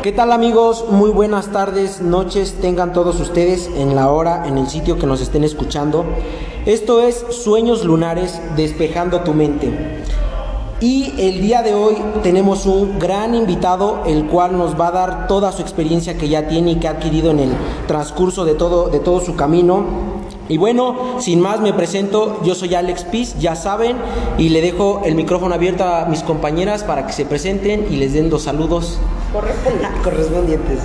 ¿Qué tal, amigos? Muy buenas tardes, noches, tengan todos ustedes en la hora, en el sitio que nos estén escuchando. Esto es Sueños Lunares, despejando tu mente. Y el día de hoy tenemos un gran invitado, el cual nos va a dar toda su experiencia que ya tiene y que ha adquirido en el transcurso de todo su camino. Y bueno, sin más me presento, yo soy Alex Piz, ya saben, y le dejo el micrófono abierto a mis compañeras para que se presenten y les den los saludos correspondientes.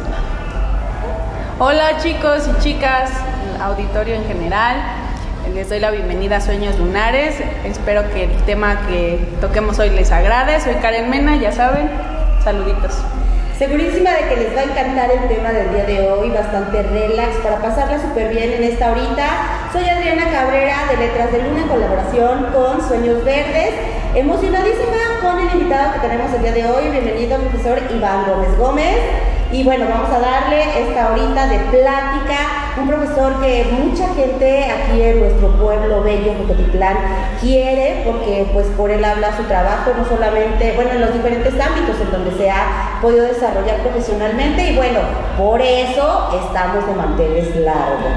Hola chicos y chicas, auditorio en general, les doy la bienvenida a Sueños Lunares, espero que el tema que toquemos hoy les agrade. Soy Karen Mena, ya saben, saluditos. Segurísima de que les va a encantar el tema del día de hoy, bastante relax, para pasarla súper bien en esta horita. Soy Adriana Cabrera, de Letras de Luna, en colaboración con Sueños Verdes. Emocionadísima con el invitado que tenemos el día de hoy. Bienvenido, profesor Iván Gómez Gómez. Y bueno, vamos a darle esta horita de plática. Un profesor que mucha gente aquí en nuestro pueblo bello, Jocotitlán, quiere, porque pues por él habla su trabajo, no solamente, bueno, en los diferentes ámbitos en donde se ha podido desarrollar profesionalmente, y bueno, por eso estamos de manteles largos.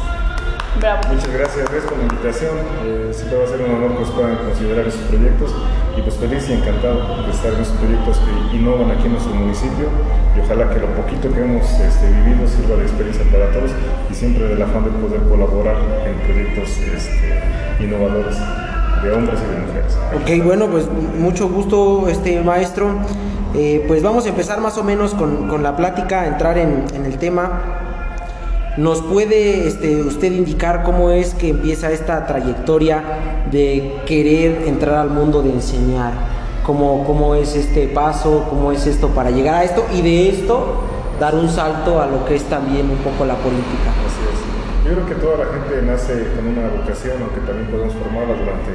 Bravo. Muchas gracias por la invitación, siempre va a ser un honor que nos puedan considerar esos proyectos, y pues feliz y encantado de estar en esos proyectos que innovan aquí en nuestro municipio, y ojalá que lo poquito que hemos vivido sirva de experiencia para todos, y siempre del afán de poder colaborar en proyectos innovadores de hombres y de mujeres. Ok, bueno, pues mucho gusto, maestro. Pues vamos a empezar más o menos con la plática, entrar en el tema. ¿Nos puede usted indicar cómo es que empieza esta trayectoria de querer entrar al mundo de enseñar? ¿Cómo es este paso? ¿Cómo es esto para llegar a esto? Y de esto dar un salto a lo que es también un poco la política. Así es. Yo creo que toda la gente nace con una vocación, aunque también podemos formarla durante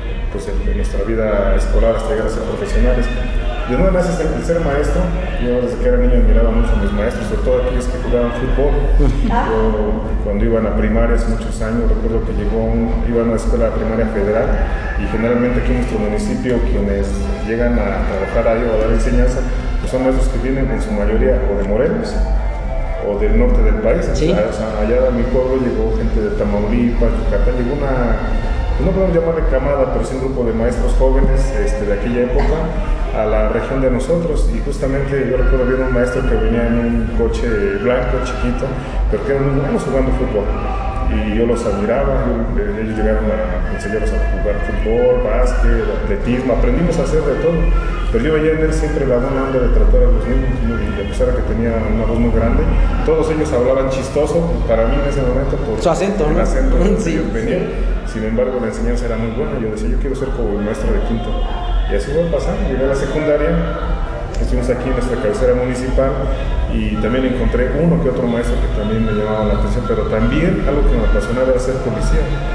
en nuestra vida escolar hasta llegar a ser profesionales. ¿De dónde nace el ser maestro? Yo desde que era niño admiraba mucho a mis maestros, sobre todo aquellos que jugaban fútbol. Yo, cuando iba a la primaria hace muchos años, recuerdo que iba a una escuela primaria federal, y generalmente aquí en nuestro municipio quienes llegan a trabajar ahí o a dar enseñanza, pues son maestros que vienen en su mayoría o de Morelos o del norte del país. ¿Sí? O sea, allá a mi pueblo llegó gente de Tamaulipas, Yucatán, llegó no podemos llamarle camada, pero sí un grupo de maestros jóvenes de aquella época a la región de nosotros, y justamente yo recuerdo ver un maestro que venía en un coche blanco chiquito, pero que eran muy buenos jugando fútbol, y yo los admiraba. Ellos llegaron a enseñarnos a jugar fútbol, básquet, atletismo, aprendimos a hacer de todo, pero yo veía en él siempre la buena onda de tratar a los niños, y a pesar de que tenía una voz muy grande, todos ellos hablaban chistoso para mí en ese momento por su acento, el ¿no? acento de Sí. ellos venían. Sin embargo, la enseñanza era muy buena. Yo decía, yo quiero ser como el maestro de quinto. Y así fue pasando. Llegué a la secundaria, estuvimos aquí en nuestra cabecera municipal, y también encontré uno que otro maestro que también me llamaba la atención, pero también algo que me apasionaba era ser policía.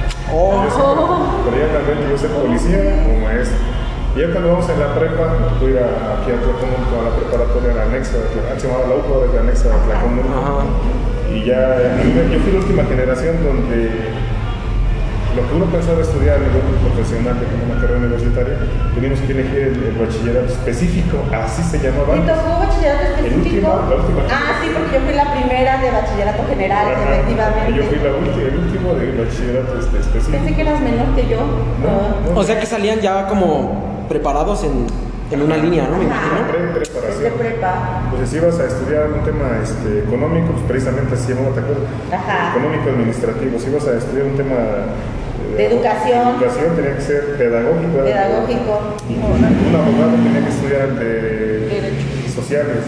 Pero ya también yo ser policía o maestro. Y ya cuando vamos en la prepa, me tocó ir aquí a Tlacomulco, a la preparatoria, a la anexa de Tlacomulco, se llamaba la UPA, de la anexa de Tlacomulco. Y ya, yo fui la última generación donde lo que uno pensaba estudiar a nivel profesional, de como una carrera universitaria, teníamos que elegir el bachillerato específico, así se llamaba. ¿Y tocó bachillerato específico? La última. Sí, porque yo fui la primera de bachillerato general, efectivamente. Yo fui el último de bachillerato específico. Pensé que eras menor que yo. No. O sea que salían ya como preparados en una línea, ¿no? Me imagino. Preparación. De prepa. Pues si ibas a estudiar un tema económico, pues precisamente así se llamaba, ¿te acuerdas? Ajá. Económico administrativo. Si ibas a estudiar un tema de educación. Educación tenía que ser pedagógico. Pedagógico. Y un abogado tenía que estudiar sociales,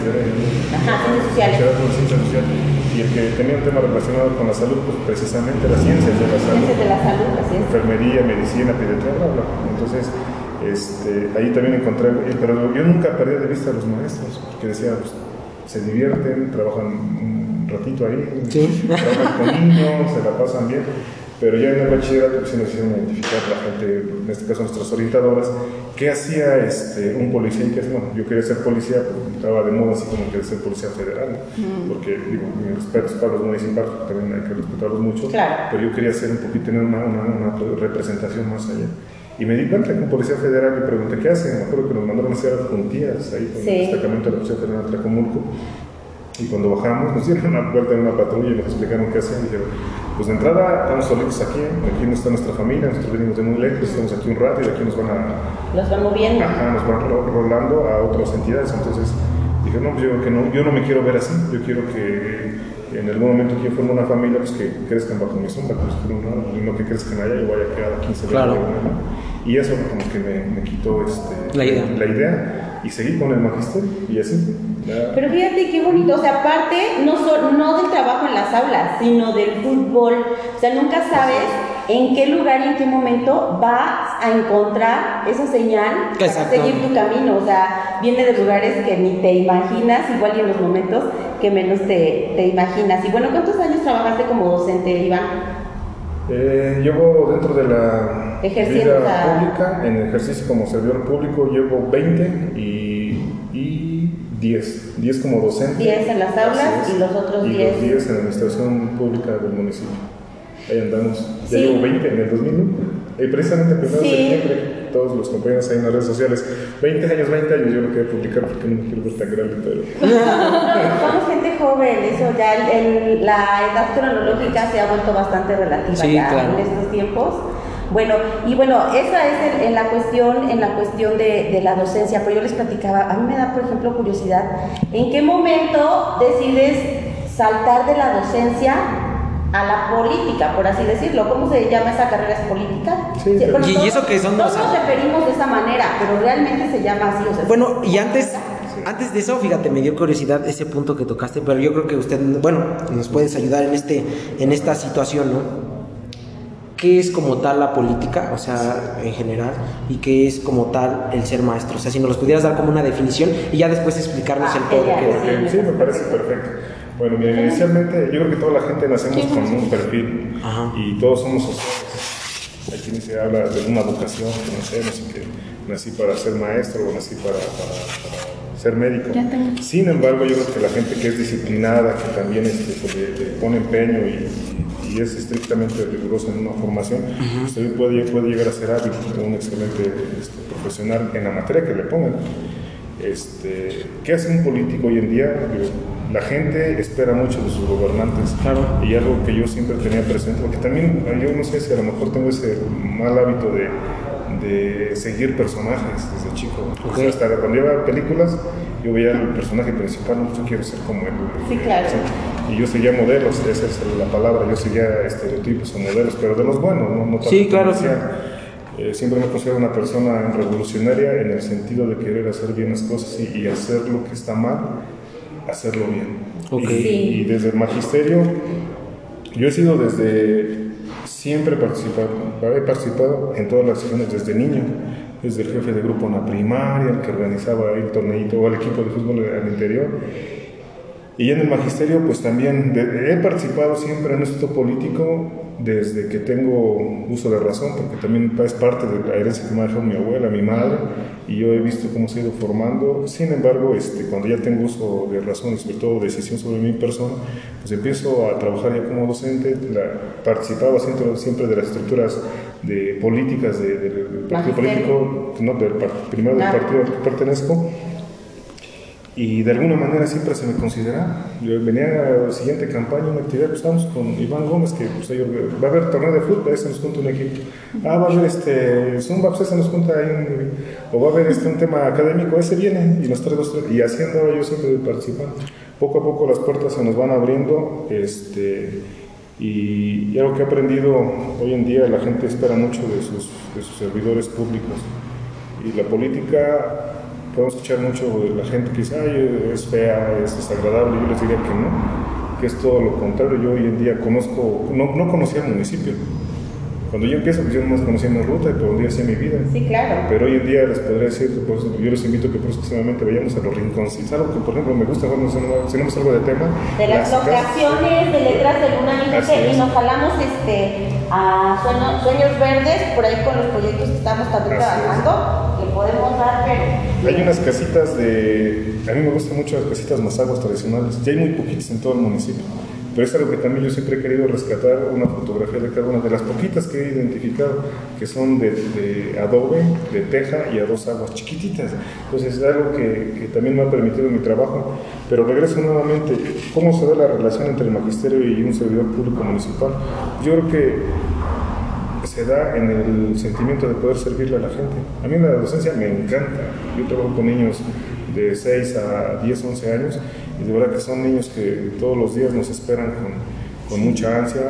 ciencias sociales. Y el que tenía un tema relacionado con la salud, pues precisamente las ciencias de la salud. Ciencias de la salud, así es. Enfermería, medicina, pediatría, bla, bla. Entonces, ahí también encontré, pero yo nunca perdí de vista a los maestros, porque decía, pues, se divierten, trabajan un ratito ahí, ¿sí? Trabajan con niños, se la pasan bien. Pero ya en el bachillerato pues, sí nos hicieron identificar la gente, en este caso nuestras orientadoras, qué hacía un policía y qué hacía. Bueno, yo quería ser policía, pero estaba de moda así como que ser policía federal, porque digo, mis respetos para los municipales, también hay que respetarlos mucho, claro. Pero yo quería ser un poquito, tener una representación más allá. Y me di cuenta que un policía federal, le pregunté qué hacen, me acuerdo que nos mandaron a hacer adjuntías ahí con el destacamento de la Policía Federal de Tlacomulco, Y cuando bajamos, nos dieron una vuelta en una patrulla y nos explicaron qué hacían. Dijeron, pues de entrada estamos solitos aquí no está nuestra familia, nosotros venimos de muy lejos, estamos aquí un rato y de aquí nos van a... Los van moviendo. Ajá, nos van rolando a otras entidades. Entonces dije, no, pues yo no me quiero ver así, yo quiero que en algún momento que yo forme una familia, pues que crezcan bajo mi sombra, pues, no que crezcan allá y vaya a quedar 15 años. Claro. Y eso como que me quitó la idea y seguí con el magisterio y así. Ya. Pero fíjate qué bonito, o sea, aparte no del trabajo en las aulas, sino del fútbol. O sea, nunca sabes en qué lugar y en qué momento vas a encontrar esa señal para seguir tu camino. O sea, viene de lugares que ni te imaginas, igual y en los momentos que menos te imaginas. Y bueno, ¿cuántos años trabajaste como docente, Iván? Llevo dentro de la Ejerciendo vida pública, en ejercicio como servidor público, llevo 20 y 10 como docente. 10 en las aulas y los otros 10. Y los 10 en la administración pública del municipio. Ahí andamos. Ya Sí. llevo 20 en el 2001. Y precisamente el 1 de septiembre, todos los compañeros ahí en las redes sociales, 20 años, yo lo quería publicar porque no me quiero ver tan grande, pero... No, somos gente joven, eso ya, la edad cronológica se ha vuelto bastante relativa en estos tiempos. Bueno, esa es en la cuestión de la docencia, pero yo les platicaba, a mí me da, por ejemplo, curiosidad, ¿en qué momento decides saltar de la docencia a la política, por así decirlo? ¿Cómo se llama esa carrera? ¿Es política? Sí, bueno, y eso que son todos nos referimos de esa manera, pero realmente se llama así. O sea, bueno, y antes de eso, fíjate, me dio curiosidad ese punto que tocaste, pero yo creo que usted, nos puedes ayudar en esta situación, ¿no? ¿Qué es como tal la política, o sea, en general, y qué es como tal el ser maestro? O sea, si nos los pudieras dar como una definición y ya después explicarnos el por qué. Sí, me parece perfecto. Bueno, mira, inicialmente yo creo que toda la gente nacemos con un perfil. Ajá. Y todos somos sociales. Aquí ni se habla de una vocación que no sé que nací para ser maestro o nací para ser médico. Sin embargo, yo creo que la gente que es disciplinada, que también le pone empeño y es estrictamente riguroso en una formación, usted puede llegar a ser hábil, un excelente profesional en la materia que le pongan. ¿Qué hace un político hoy en día? La gente espera mucho de sus gobernantes. Claro. Y algo que yo siempre tenía presente, porque también yo no sé si a lo mejor tengo ese mal hábito de seguir personajes desde chico. Okay. O sea, hasta cuando yo veía películas, yo veía el personaje principal, yo quiero ser como él. Sí, claro. ¿Sí? Y yo seguía modelos, esa es la palabra, yo seguía estereotipos o modelos, pero de los buenos, no tanto. Sí, claro. Siempre me considero una persona revolucionaria en el sentido de querer hacer bien las cosas y hacer lo que está mal, hacerlo bien. Okay. Y desde el magisterio, yo he sido siempre he participado en todas las sesiones desde niño, desde el jefe de grupo en la primaria, el que organizaba el torneito o el equipo de fútbol al interior. Y en el magisterio, pues también he participado siempre en esto político desde que tengo uso de razón, porque también es parte de la herencia que me ha dejado mi abuela, mi madre, y yo he visto cómo se ha ido formando. Sin embargo, cuando ya tengo uso de razón y sobre todo decisión sobre mi persona, pues empiezo a trabajar ya como docente. Participaba siempre de las estructuras políticas del partido político, primero del partido al que pertenezco. Y de alguna manera siempre se me considera. Yo venía a la siguiente campaña, una actividad, pues estamos con Iván Gómez, que pues, va a haber torneo de fútbol, se nos junta un equipo. Va a haber Zumba, pues se nos junta ahí, o va a haber un tema académico, ese viene y nos trae 2, 3. Y así andaba yo siempre participando. Poco a poco las puertas se nos van abriendo, y algo que he aprendido hoy en día, la gente espera mucho de sus servidores públicos. Y la política... Podemos escuchar mucho de la gente que dice, ay, es fea, es desagradable. Yo les diría que no, que es todo lo contrario. Yo hoy en día no conocía el municipio. Cuando yo empiezo, pues yo nomás conocía mi ruta y por un día hacía mi vida. Sí, claro. Pero hoy en día les podría decir que yo les invito que próximamente vayamos a los rinconcitos. Algo que, por ejemplo, me gusta, bueno, si no me salgo de tema. De las locaciones de Letras de Luna, y nos jalamos a Sueños Verdes, por ahí con los proyectos que estamos también trabajando, que podemos dar, pero... Hay unas casitas a mí me gustan mucho las casitas mazaguas tradicionales, ya hay muy poquitas en todo el municipio. Pero es algo que también yo siempre he querido rescatar, una fotografía de cada una de las poquitas que he identificado, que son de adobe, de teja y a 2 aguas chiquititas. Entonces es algo que también me ha permitido mi trabajo. Pero regreso nuevamente, ¿cómo se da la relación entre el magisterio y un servidor público municipal? Yo creo que se da en el sentimiento de poder servirle a la gente. A mí la docencia me encanta. Yo trabajo con niños de 6 a 10, 11 años y de verdad que son niños que todos los días nos esperan con mucha ansia,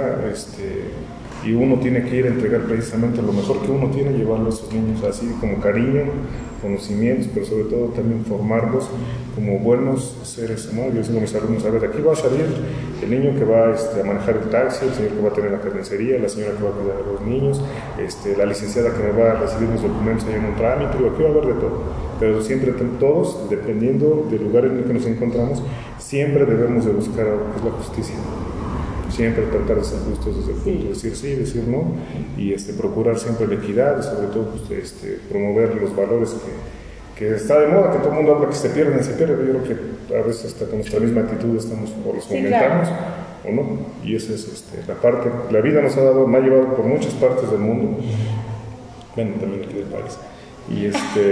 y uno tiene que ir a entregar precisamente lo mejor que uno tiene, llevarlo a esos niños así como cariño, conocimientos, pero sobre todo también formarlos como buenos seres humanos. Yo digo a mis alumnos, a ver, aquí va a salir el niño que va a manejar el taxi, el señor que va a tener la carnicería, la señora que va a cuidar a los niños, la licenciada que me va a recibir los documentos ahí en un trámite, aquí va a haber de todo. Pero siempre todos, dependiendo del lugar en el que nos encontramos, siempre debemos de buscar la justicia. Siempre tratar de ser justos desde el punto de decir sí, decir no, y procurar siempre la equidad y sobre todo promover los valores que está de moda, que todo el mundo habla que se pierden. Yo creo que a veces hasta con nuestra misma actitud estamos o los fomentamos o no, y esa es la parte. La vida me ha llevado por muchas partes del mundo, bueno, también aquí del país, y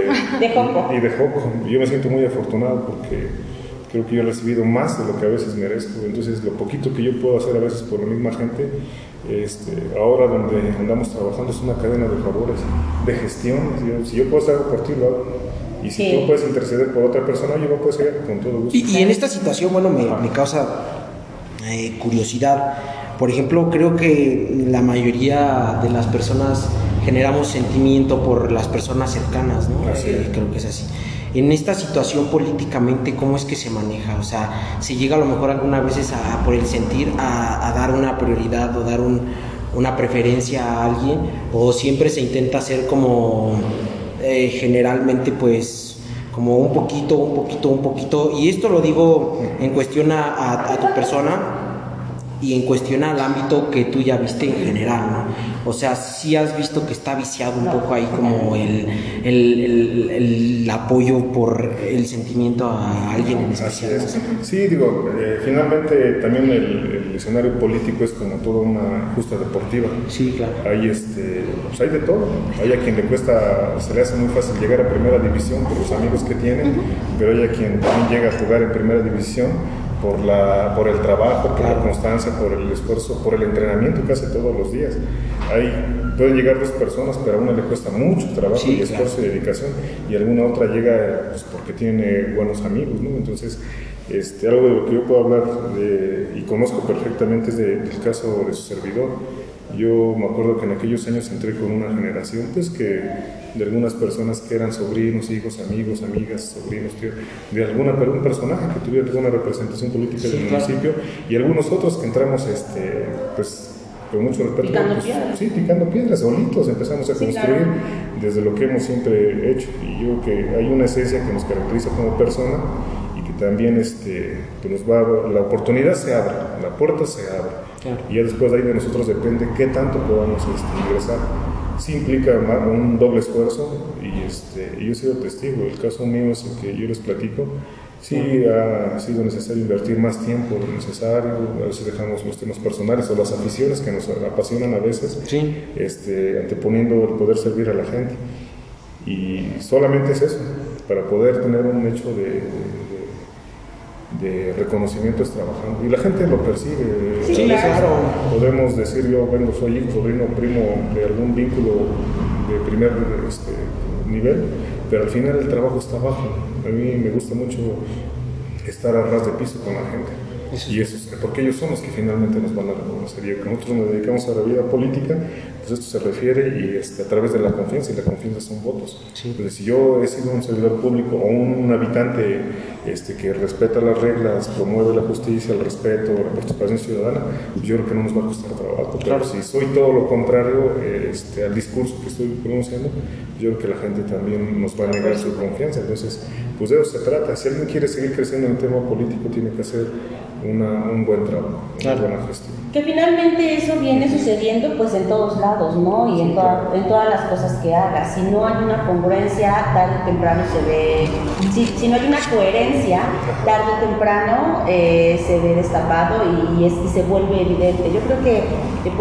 de Joco. Yo me siento muy afortunado porque creo que yo he recibido más de lo que a veces merezco. Entonces lo poquito que yo puedo hacer a veces por la misma gente, ahora donde andamos trabajando es una cadena de favores, de gestión. Si yo puedo hacer algo por ti, lo hago. Y si tú puedes interceder por otra persona, yo lo puedo hacer con todo gusto. Y en esta situación, bueno, me causa curiosidad. Por ejemplo, creo que la mayoría de las personas generamos sentimiento por las personas cercanas, ¿no? Creo que es así. En esta situación políticamente, ¿cómo es que se maneja? O sea, ¿se llega a lo mejor algunas veces por el sentir a dar una prioridad o dar una preferencia a alguien? ¿O siempre se intenta hacer como generalmente pues como un poquito? Y esto lo digo en cuestión a tu persona y en cuestión al ámbito que tú ya viste en general, ¿no? O sea, sí has visto que está viciado un poco ahí como el apoyo por el sentimiento a alguien en especial. Sí, digo, finalmente también el escenario político es como toda una justa deportiva. Sí, claro. Hay, pues hay de todo. Hay a quien le cuesta, se le hace muy fácil llegar a primera división por los amigos que tiene, pero hay a quien también llega a jugar en primera división por el trabajo, por la constancia, por el esfuerzo, por el entrenamiento que hace todos los días. Pueden llegar 2 personas, pero a una le cuesta mucho trabajo y esfuerzo y dedicación, y alguna otra llega pues, porque tiene buenos amigos, ¿no? Entonces, algo de lo que yo puedo hablar y conozco perfectamente es del caso de su servidor. Yo me acuerdo que en aquellos años entré con una generación pues que de algunas personas que eran sobrinos, hijos, amigos, amigas, sobrinos, tíos, de un personaje que tuviera alguna representación política del municipio, y algunos otros que entramos pues con mucho respeto, picando piedras, solitos empezamos a construir desde lo que hemos siempre hecho. Y yo creo que hay una esencia que nos caracteriza como persona y que también que nos va a dar la oportunidad, se abre, la puerta se abre. Claro. Y ya después de ahí de nosotros depende qué tanto podamos ingresar. Sí implica un doble esfuerzo y yo he sido testigo. El caso mío es el que yo les platico. Sí ha sido necesario invertir más tiempo de lo necesario. A veces dejamos los temas personales o las aficiones que nos apasionan a veces, anteponiendo el poder servir a la gente. Y solamente es eso, para poder tener un hecho de reconocimiento es trabajando, y la gente lo percibe. Sí, claro. Podemos decir, yo soy hijo, sobrino, primo de algún vínculo de primer nivel, pero al final el trabajo está abajo. A mí me gusta mucho estar a ras de piso con la gente. Y eso es porque ellos son los que finalmente nos van a reconocer. Y nosotros nos dedicamos a la vida política, pues esto se refiere y a través de la confianza, y la confianza son votos. Sí. Entonces, si yo he sido un servidor público o un habitante que respeta las reglas, promueve la justicia, el respeto, la participación ciudadana, pues yo creo que no nos va a costar trabajo. Claro. Pero si soy todo lo contrario al discurso que estoy pronunciando, yo creo que la gente también nos va a negar su confianza. Entonces, pues de eso se trata. Si alguien quiere seguir creciendo en el tema político, tiene que hacer un buen trabajo, una buena gestión. Que finalmente eso viene sucediendo pues en todos lados, ¿no? Y en todas las cosas que hagas. Si no hay una congruencia, tarde o temprano se ve. Si no hay una coherencia violencia, tarde o temprano se ve destapado y se vuelve evidente. Yo creo que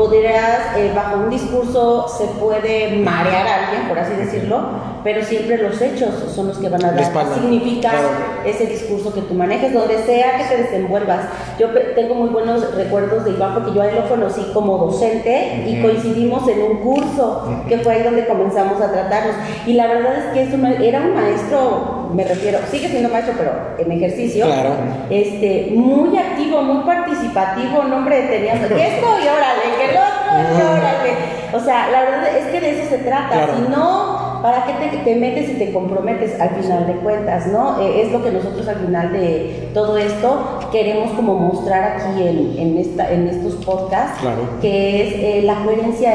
bajo un discurso se puede marear a alguien, por así decirlo, pero siempre los hechos son los que van a significar ese discurso que tú manejes, donde sea que te desenvuelvas. Yo tengo muy buenos recuerdos de Iván, porque yo a él lo conocí como docente y coincidimos en un curso, que fue ahí donde comenzamos a tratarnos. Y la verdad es que era un maestro, me refiero, sigue siendo maestro, pero en ejercicio, muy activo, muy participativo, un hombre tenía que esto y órale, que el otro y órale. O sea, la verdad es que de eso se trata. Si no, ¿para qué te metes y te comprometes al final de cuentas, no? Es lo que nosotros al final de todo esto queremos como mostrar aquí en estos podcasts, que es la coherencia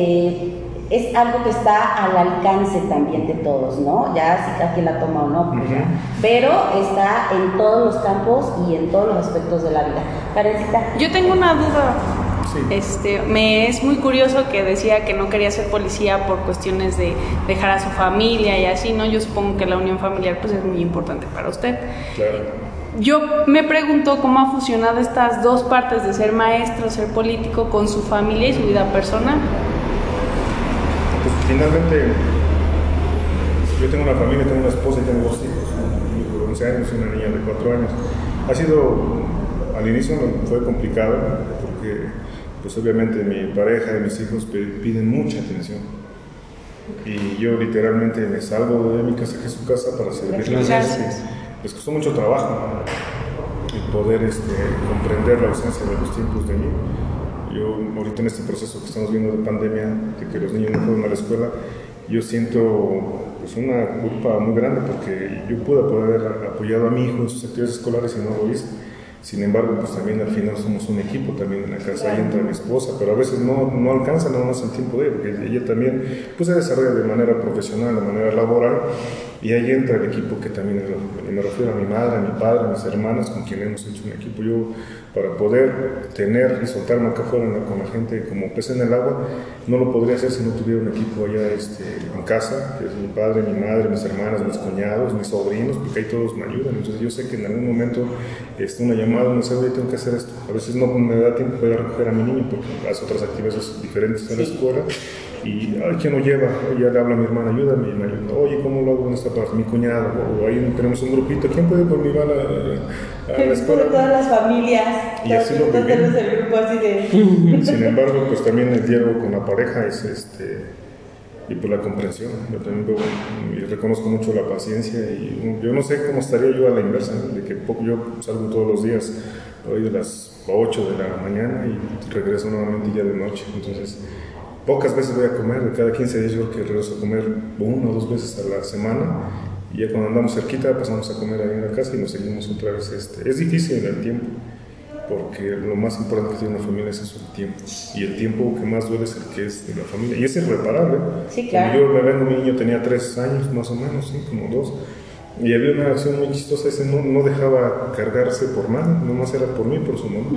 es algo que está al alcance también de todos, ¿no? Ya si cada quien la toma o no, pues ya. Pero está en todos los campos y en todos los aspectos de la vida. Karencita. Yo tengo una duda. Me es muy curioso que decía que no quería ser policía por cuestiones de dejar a su familia y así, ¿no? Yo supongo que la unión familiar pues es muy importante para usted. Claro. Yo me pregunto cómo ha fusionado estas dos partes de ser maestro, ser político, con su familia y su vida personal. Pues finalmente, yo tengo una familia, tengo una esposa y tengo 2 hijos, un hijo de 11 años y una niña de 4 años. Ha sido, al inicio fue complicado, porque pues obviamente mi pareja y mis hijos piden mucha atención. Y yo literalmente me salgo de mi casa, que es su casa, para servirles. Les costó mucho trabajo el poder comprender la ausencia de los tiempos de mí. Yo ahorita en este proceso que estamos viendo de pandemia, de que los niños no fueron a la escuela, yo siento pues una culpa muy grande, porque yo pude haber apoyado a mi hijo en sus actividades escolares y no lo hice. Sin embargo, pues también al final somos un equipo también en la casa. Ahí entra mi esposa, pero a veces no alcanza nada más el tiempo de ella, porque ella también pues se desarrolla de manera profesional, de manera laboral, y ahí entra el equipo que también me refiero a mi madre, a mi padre, a mis hermanas, con quien hemos hecho un equipo. Yo, para poder tener y soltarme acá afuera con la gente como pez en el agua, no lo podría hacer si no tuviera un equipo allá en casa, que es mi padre, mi madre, mis hermanas, mis cuñados, mis sobrinos, porque ahí todos me ayudan. Entonces yo sé que en algún momento una llamada, no sé, oye, tengo que hacer esto. A veces no me da tiempo para ir a recoger a mi niño porque hace otras actividades diferentes en la escuela. Y, ay, ¿quién lo lleva? Ya le habla a mi hermana, ayúdame, y me ayuda. Oye, ¿cómo lo hago en esta parte? Mi cuñado, o ahí tenemos un grupito, ¿quién puede por mí va a la escuela? Todas las familias. Y así lo viví. Tenemos el grupo así de... Sin embargo, pues también el diálogo con la pareja es y por la comprensión. Yo también veo y reconozco mucho la paciencia, y yo no sé cómo estaría yo a la inversa, ¿no? De que yo salgo todos los días por ahí de las 8 de la mañana y regreso nuevamente ya de noche. Entonces, pocas veces voy a comer, de cada 15 días yo creo que regreso a comer 1 o 2 veces a la semana, y ya cuando andamos cerquita pasamos a comer ahí en la casa y nos seguimos otra vez. Es difícil el tiempo, porque lo más importante que tiene una familia es eso, el tiempo, y el tiempo que más duele es el que es de la familia, y es irreparable. Sí, claro. Cuando yo me vengo, mi niño tenía 3 años más o menos, ¿sí? Como 2, y había una acción muy chistosa, ese no dejaba cargarse por nada, nomás era por mí, por su mamá.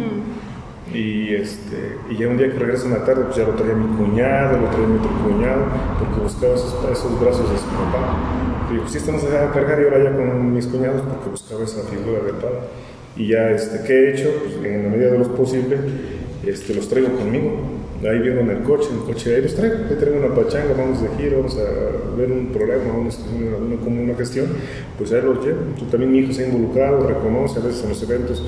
Y ya un día que regreso en la tarde, pues ya lo traía mi cuñado, lo traía mi otro cuñado, porque buscaba esos brazos de su papá. Y digo, sí, estamos a cargar, y ahora ya con mis cuñados, porque buscaba esa figura del padre. Y ya, ¿qué he hecho? Pues en la medida de lo posible, los traigo conmigo. Ahí viendo en el coche, ahí los traigo. Ahí traigo una pachanga, vamos de giro, vamos a ver un problema, como una gestión, pues ahí los llevo. Entonces, también mi hijo se ha involucrado, reconoce a veces en los eventos,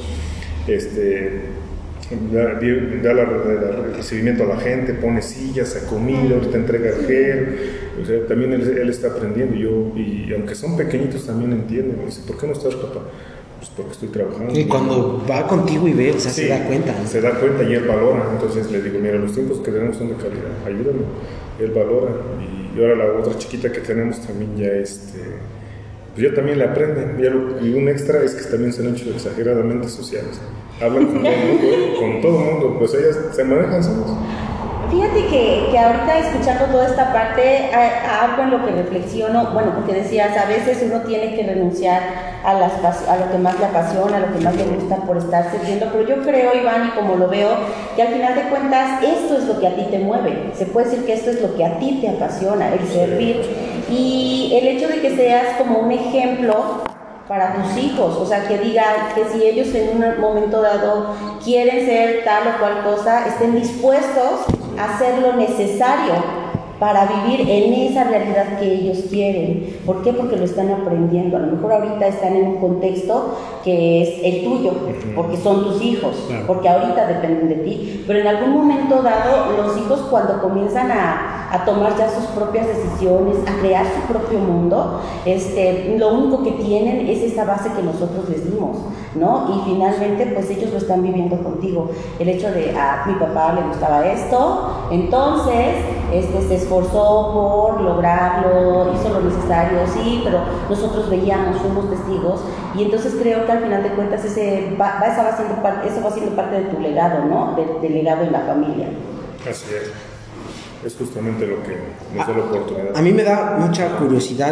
da el recibimiento a la gente, pone sillas, a comida, ahorita entrega el gel. O sea, también él está aprendiendo, y aunque son pequeñitos también entienden. Me dice, ¿por qué no estás, papá? Pues porque estoy trabajando. Y cuando va contigo y ve, o sea, sí, se da cuenta. Se da cuenta y él valora. Entonces le digo, mira, los tiempos que tenemos son de calidad, ayúdame. Él valora. Y ahora la otra chiquita que tenemos también ya pues ya también le aprende. Y un extra es que también se han hecho exageradamente sociales. Hablan con todo el mundo, pues ellas se manejan solas. Fíjate que ahorita escuchando toda esta parte, algo en lo que reflexiono, bueno, porque decías, a veces uno tiene que renunciar a lo que más le apasiona, a lo que más le gusta por estar sirviendo, pero yo creo, Iván, y como lo veo, que al final de cuentas esto es lo que a ti te mueve, se puede decir que esto es lo que a ti te apasiona, el servir, y el hecho de que seas como un ejemplo para tus hijos, o sea, que digan que si ellos en un momento dado quieren ser tal o cual cosa, estén dispuestos a hacer lo necesario para vivir en esa realidad que ellos quieren. ¿Por qué? Porque lo están aprendiendo. A lo mejor ahorita están en un contexto que es el tuyo, porque son tus hijos, porque ahorita dependen de ti, pero en algún momento dado, los hijos cuando comienzan a tomar ya sus propias decisiones, a crear su propio mundo, lo único que tienen es esa base que nosotros les dimos, ¿no? Y finalmente, pues ellos lo están viviendo contigo. El hecho de, a mi papá le gustaba esto, entonces, se esforzó por lograrlo, hizo lo necesario, sí, pero nosotros veíamos, fuimos testigos, y entonces creo que al final de cuentas eso va siendo parte de tu legado, ¿no? Del legado en la familia. Así es justamente lo que nos da la oportunidad. A mí me da mucha curiosidad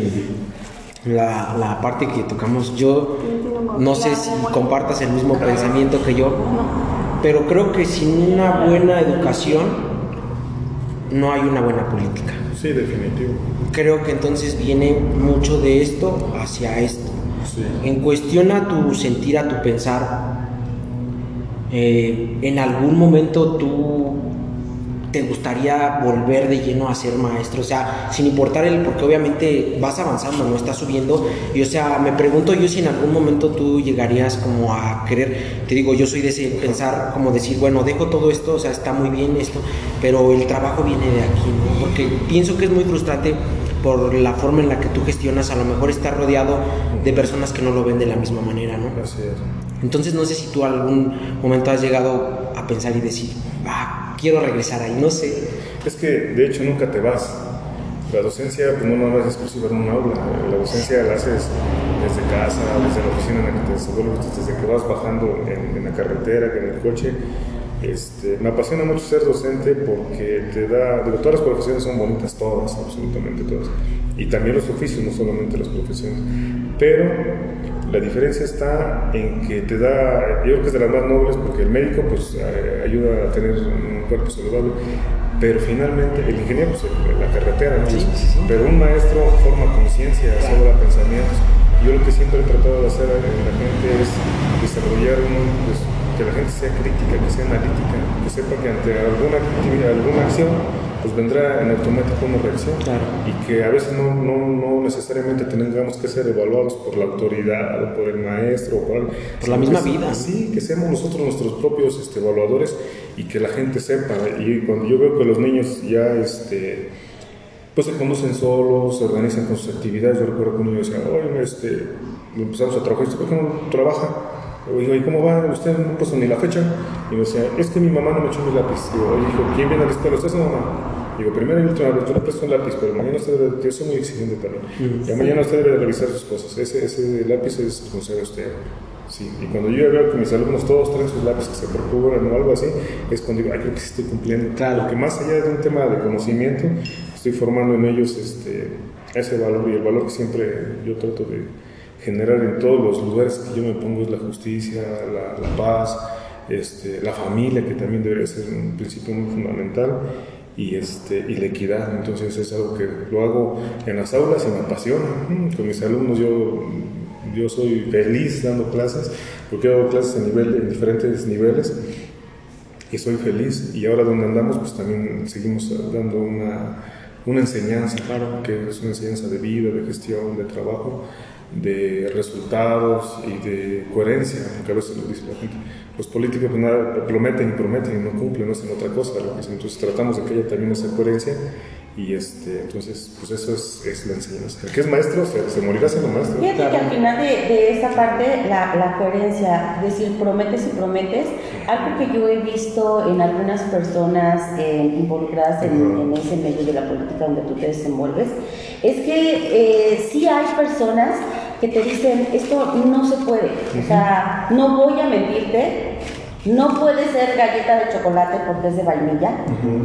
la parte que tocamos. Yo no sé si compartas el mismo pensamiento que yo, pero creo que sin una buena educación no hay una buena política. Sí, definitivo. Creo que entonces viene mucho de esto hacia esto. Sí. En cuestión a tu sentir, a tu pensar, ¿en algún momento tú te gustaría volver de lleno a ser maestro? O sea, sin importar porque obviamente vas avanzando, no estás subiendo, y o sea, me pregunto yo si en algún momento tú llegarías como a querer, te digo, yo soy de ese pensar, como decir, bueno, dejo todo esto, o sea, está muy bien esto, pero el trabajo viene de aquí, ¿no? Porque pienso que es muy frustrante por la forma en la que tú gestionas, a lo mejor estar rodeado de personas que no lo ven de la misma manera, ¿no? Así es. Entonces no sé si tú algún momento has llegado a pensar y decir, quiero regresar ahí, no sé. Es que de hecho nunca te vas. La docencia pues, no es exclusiva en un aula. La docencia la haces desde casa, desde la oficina en la que te desenvuelves, desde que vas bajando en la carretera, en el coche. Me apasiona mucho ser docente porque te da, todas las profesiones son bonitas, todas, absolutamente todas, y también los oficios, no solamente las profesiones, pero la diferencia está en que te da, yo creo que es de las más nobles, porque el médico pues ayuda a tener un cuerpo saludable, pero finalmente el ingeniero pues la carretera, ¿no? Sí. Pero un maestro forma conciencia, sobra pensamientos. Yo lo que siempre he tratado de hacer en la gente es desarrollar que la gente sea crítica, que sea analítica, que sepa que ante alguna actividad, alguna acción, pues vendrá en automático una reacción. Claro. Y que a veces no necesariamente tengamos que ser evaluados por la autoridad o por el maestro o por la misma vida. Sí, que seamos nosotros nuestros propios evaluadores y que la gente sepa. Y cuando yo veo que los niños ya pues se conocen solos, se organizan con sus actividades. Yo recuerdo que un niño decía, oye, empezamos a trabajar, ¿por qué no trabaja? Digo, ¿y cómo va? ¿Usted no puso ni la fecha? Y me decía, es que mi mamá no me echó mi lápiz. Digo, oye, hijo, ¿quién viene a la escuela? ¿Usted es su mamá? Digo, primero y última vez, yo le presto un lápiz, pero mañana usted debe, yo soy muy exigente también. Ya mañana usted debe revisar sus cosas. Ese lápiz es responsable de usted. Sí, y cuando yo veo que mis alumnos todos traen sus lápices que se procuran o algo así, es cuando digo, creo que sí estoy cumpliendo. Claro. Porque más allá de un tema de conocimiento, estoy formando en ellos ese valor, y el valor que siempre yo trato de generar en todos los lugares que yo me pongo es la justicia, la paz, la familia, que también debería ser un principio muy fundamental, y la equidad. Entonces es algo que lo hago en las aulas y me apasiona. Con mis alumnos yo soy feliz dando clases, porque he dado clases en diferentes niveles y soy feliz. Y ahora donde andamos pues también seguimos dando una enseñanza, claro, que es una enseñanza de vida, de gestión, de trabajo, de resultados y de coherencia, porque a veces lo dice la gente. Los políticos pues nada, prometen y no cumplen, no hacen otra cosa. Entonces tratamos de que haya también esa coherencia, y entonces pues eso es la enseñanza. El que es maestro se morirá siendo maestro. Fíjate que al final de esa parte, la coherencia, decir prometes y prometes, algo que yo he visto en algunas personas involucradas en ese medio de la política donde tú te desenvuelves, es que sí hay personas que te dicen, esto no se puede, o sea, no voy a mentirte, no puede ser galleta de chocolate porque es de vainilla,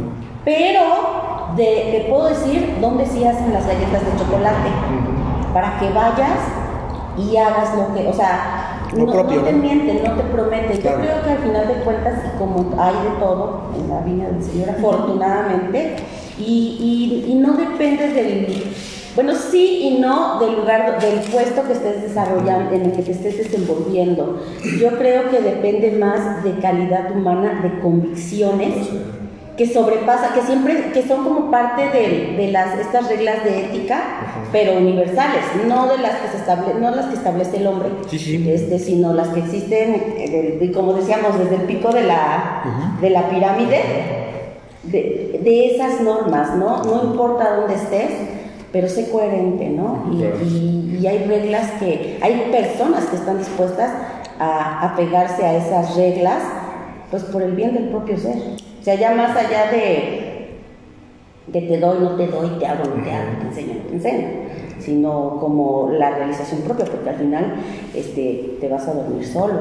pero te puedo decir dónde sí hacen las galletas de chocolate, para que vayas y hagas lo que, o sea, no te mienten, no te prometen. Claro. Yo creo que al final de cuentas, y como hay de todo en la viña del Señor, afortunadamente, y no depende Bueno, sí y no del lugar, del puesto que estés desarrollando, en el que te estés desenvolviendo. Yo creo que depende más de calidad humana, de convicciones que sobrepasa, que siempre, que son como parte de estas reglas de ética, pero universales, no de las que no las que establece el hombre, sino las que existen, como decíamos, desde el pico de la pirámide, de esas normas, ¿no? No importa dónde estés, pero sé coherente, ¿no? Y hay reglas hay personas que están dispuestas a pegarse a esas reglas, pues por el bien del propio ser. O sea, ya más allá de te doy, no te doy, te hago, no te hago, te enseño, no te enseño, sino como la realización propia, porque al final te vas a dormir solo.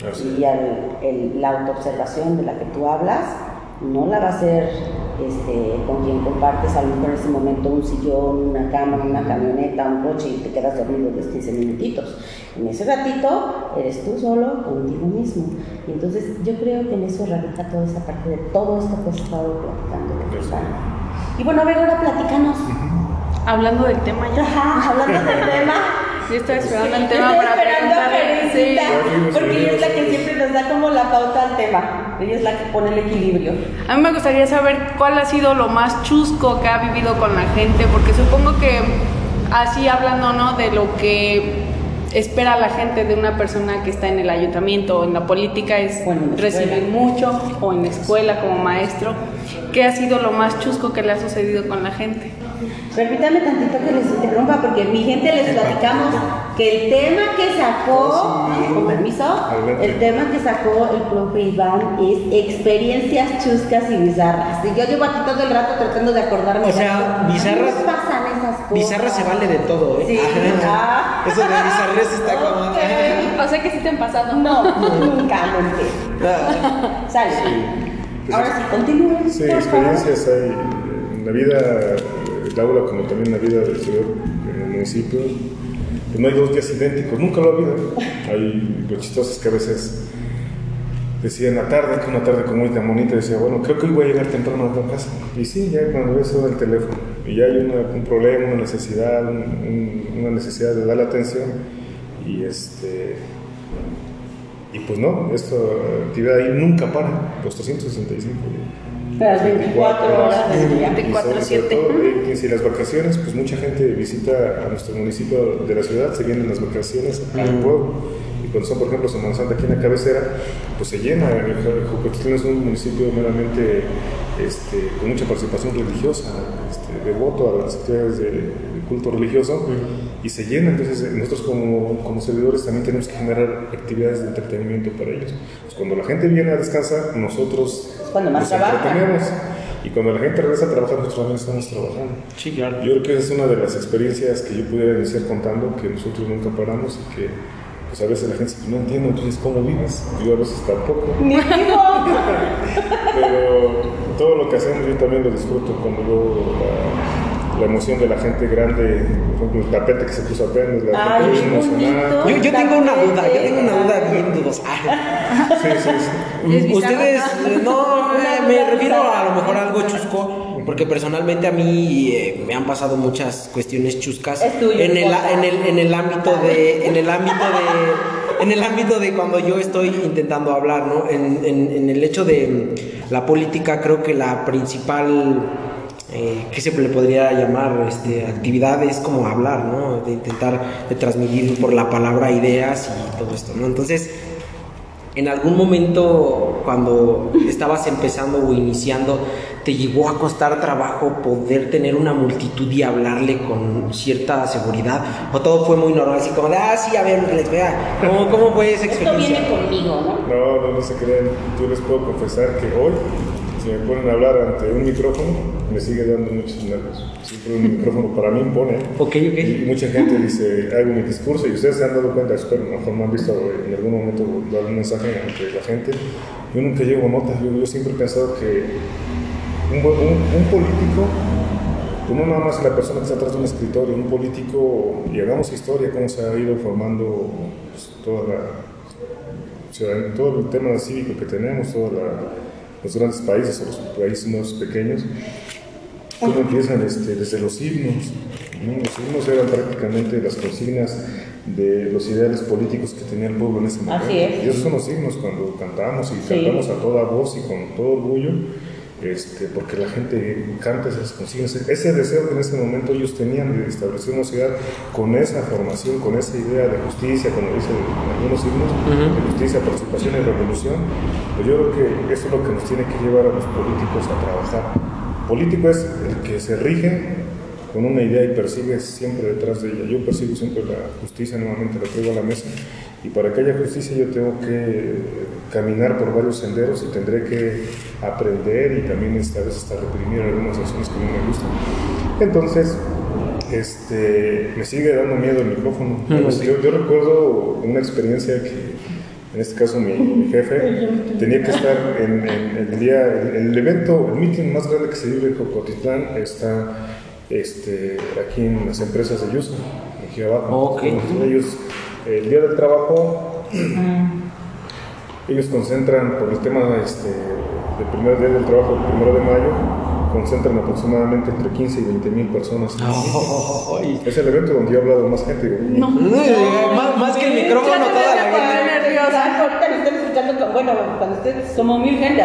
Y la autoobservación de la que tú hablas no la va a hacer con quien compartes a lo mejor en ese momento un sillón, una cama, una camioneta, un coche y te quedas dormido 15 minutitos. En ese ratito eres tú solo contigo mismo. Y entonces yo creo que en eso radica toda esa parte de todo esto que has estado platicando. Y bueno, a ver, ahora platícanos. Hablando del tema ya. Ajá, hablando del tema. Yo estoy esperando el tema para preguntarle. Sí, porque ella es la que siempre nos da como la pauta al tema. Ella es la que pone el equilibrio. A mí me gustaría saber cuál ha sido lo más chusco que ha vivido con la gente, porque supongo que así hablando, ¿no?, de lo que espera la gente de una persona que está en el ayuntamiento o en la política es recibir mucho, o en la escuela como maestro. ¿Qué ha sido lo más chusco que le ha sucedido con la gente? Permítame tantito que les interrumpa, porque mi gente les platicamos que el tema que sacó, con permiso, el tema que sacó el profe Iván es experiencias chuscas y bizarras. Y yo llevo aquí todo el rato tratando de acordarme. O sea, bizarras. ¿Cómo pasan esas cosas? Bizarras se vale de todo, ¿eh? Sí. Eso de bizarres está como. O sea que sí te han pasado. No, nunca, Sale. Pues ahora sí, continúen. Sí, experiencias hay en la vida del aula como también en la vida del señor en el municipio. Pues no hay dos días idénticos, nunca lo ha habido. Hay lo chistoso es que a veces decía en la tarde, que una tarde como muy tan bonita, decía, bueno, creo que hoy voy a llegar temprano a la casa. Y sí, ya cuando ves todo el teléfono y ya hay un problema, una necesidad, una necesidad de dar la atención y pues no, esta actividad ahí nunca para, los 365 las 24 horas del día. 24/7. Si las vacaciones, pues mucha gente visita a nuestro municipio de la ciudad, se vienen las vacaciones al pueblo. Y cuando son, por ejemplo, Semana Santa aquí en la cabecera, pues se llena. Jocotitlán es un municipio meramente con mucha participación religiosa, devoto a las actividades de culto religioso, y se llena. Entonces nosotros como servidores también tenemos que generar actividades de entretenimiento para ellos. Pues cuando la gente viene a descansar, nosotros cuando más nos trabajan. entretenemos. Y cuando la gente regresa a trabajar, nosotros también estamos trabajando. Sí, claro. Yo creo que esa es una de las experiencias que yo pudiera iniciar contando, que nosotros nunca paramos y que pues a veces la gente dice, no entiendo, entonces ¿cómo vives? Yo a veces tampoco. Pero todo lo que hacemos yo también lo disfruto cuando veo la emoción de la gente grande, por ejemplo el tapete que se puso apenas, la gente muy emocionada. Yo tengo una duda bien dudosa. Sí. Ustedes, no, me refiero a lo mejor a algo chusco, porque personalmente a mí me han pasado muchas cuestiones chuscas en el ámbito de cuando yo estoy intentando hablar, ¿no? En el hecho de la política, creo que la principal ¿qué se le podría llamar? Actividad es como hablar, ¿no? De intentar transmitir por la palabra ideas y todo esto, ¿no? Entonces, en algún momento cuando estabas empezando o iniciando, ¿te llegó a costar trabajo poder tener una multitud y hablarle con cierta seguridad? ¿O todo fue muy normal, así como de, sí, a ver, les vea? ¿Cómo fue esa experiencia? Esto viene conmigo, ¿no? No se crean. Yo les puedo confesar que hoy, si me ponen a hablar ante un micrófono, me sigue dando muchos nervios. Siempre un micrófono para mí impone. Okay. Y mucha gente dice, hago mi discurso, y ustedes se han dado cuenta, espero, a lo mejor me han visto en algún momento dar un mensaje ante la gente. Yo nunca llevo notas. Yo siempre he pensado que un político, no nada más la persona que está atrás de un escritorio, un político, y hagamos historia, cómo se ha ido formando pues, todo el tema cívico que tenemos, los grandes países o los países más pequeños. ¿Cómo empiezan desde los himnos? No, los signos eran prácticamente las consignas de los ideales políticos que tenía el pueblo en ese momento. Así es. Y esos son los signos cuando cantamos y Sí. cantamos a toda voz y con todo orgullo, porque la gente canta esas consignas. Ese deseo que en ese momento ellos tenían de establecer una ciudad con esa formación, con esa idea de justicia, como dicen algunos signos, de justicia, participación y revolución, pues yo creo que eso es lo que nos tiene que llevar a los políticos a trabajar. Político es el que se rige con una idea y persigue siempre detrás de ella. Yo persigo siempre la justicia, nuevamente la traigo a la mesa, y para que haya justicia yo tengo que caminar por varios senderos y tendré que aprender y también a veces hasta reprimir algunas acciones que no me gustan. Entonces, me sigue dando miedo el micrófono. Yo recuerdo una experiencia que, en este caso mi jefe, tenía que estar en el evento, el meeting más grande que se vive en Jocotitlán está aquí en las empresas de Yusa, aquí abajo. Okay. Ellos, el día del trabajo, ellos concentran por el tema del primer día del trabajo, el 1 de mayo, concentran aproximadamente entre 15 y 20 mil personas. Es el evento donde yo he hablado más gente. No. Más que el micrófono, Ya te toda la vas a poner gente. nerviosa. Ahorita nos están escuchando, bueno, cuando ustedes somos 1000 gente.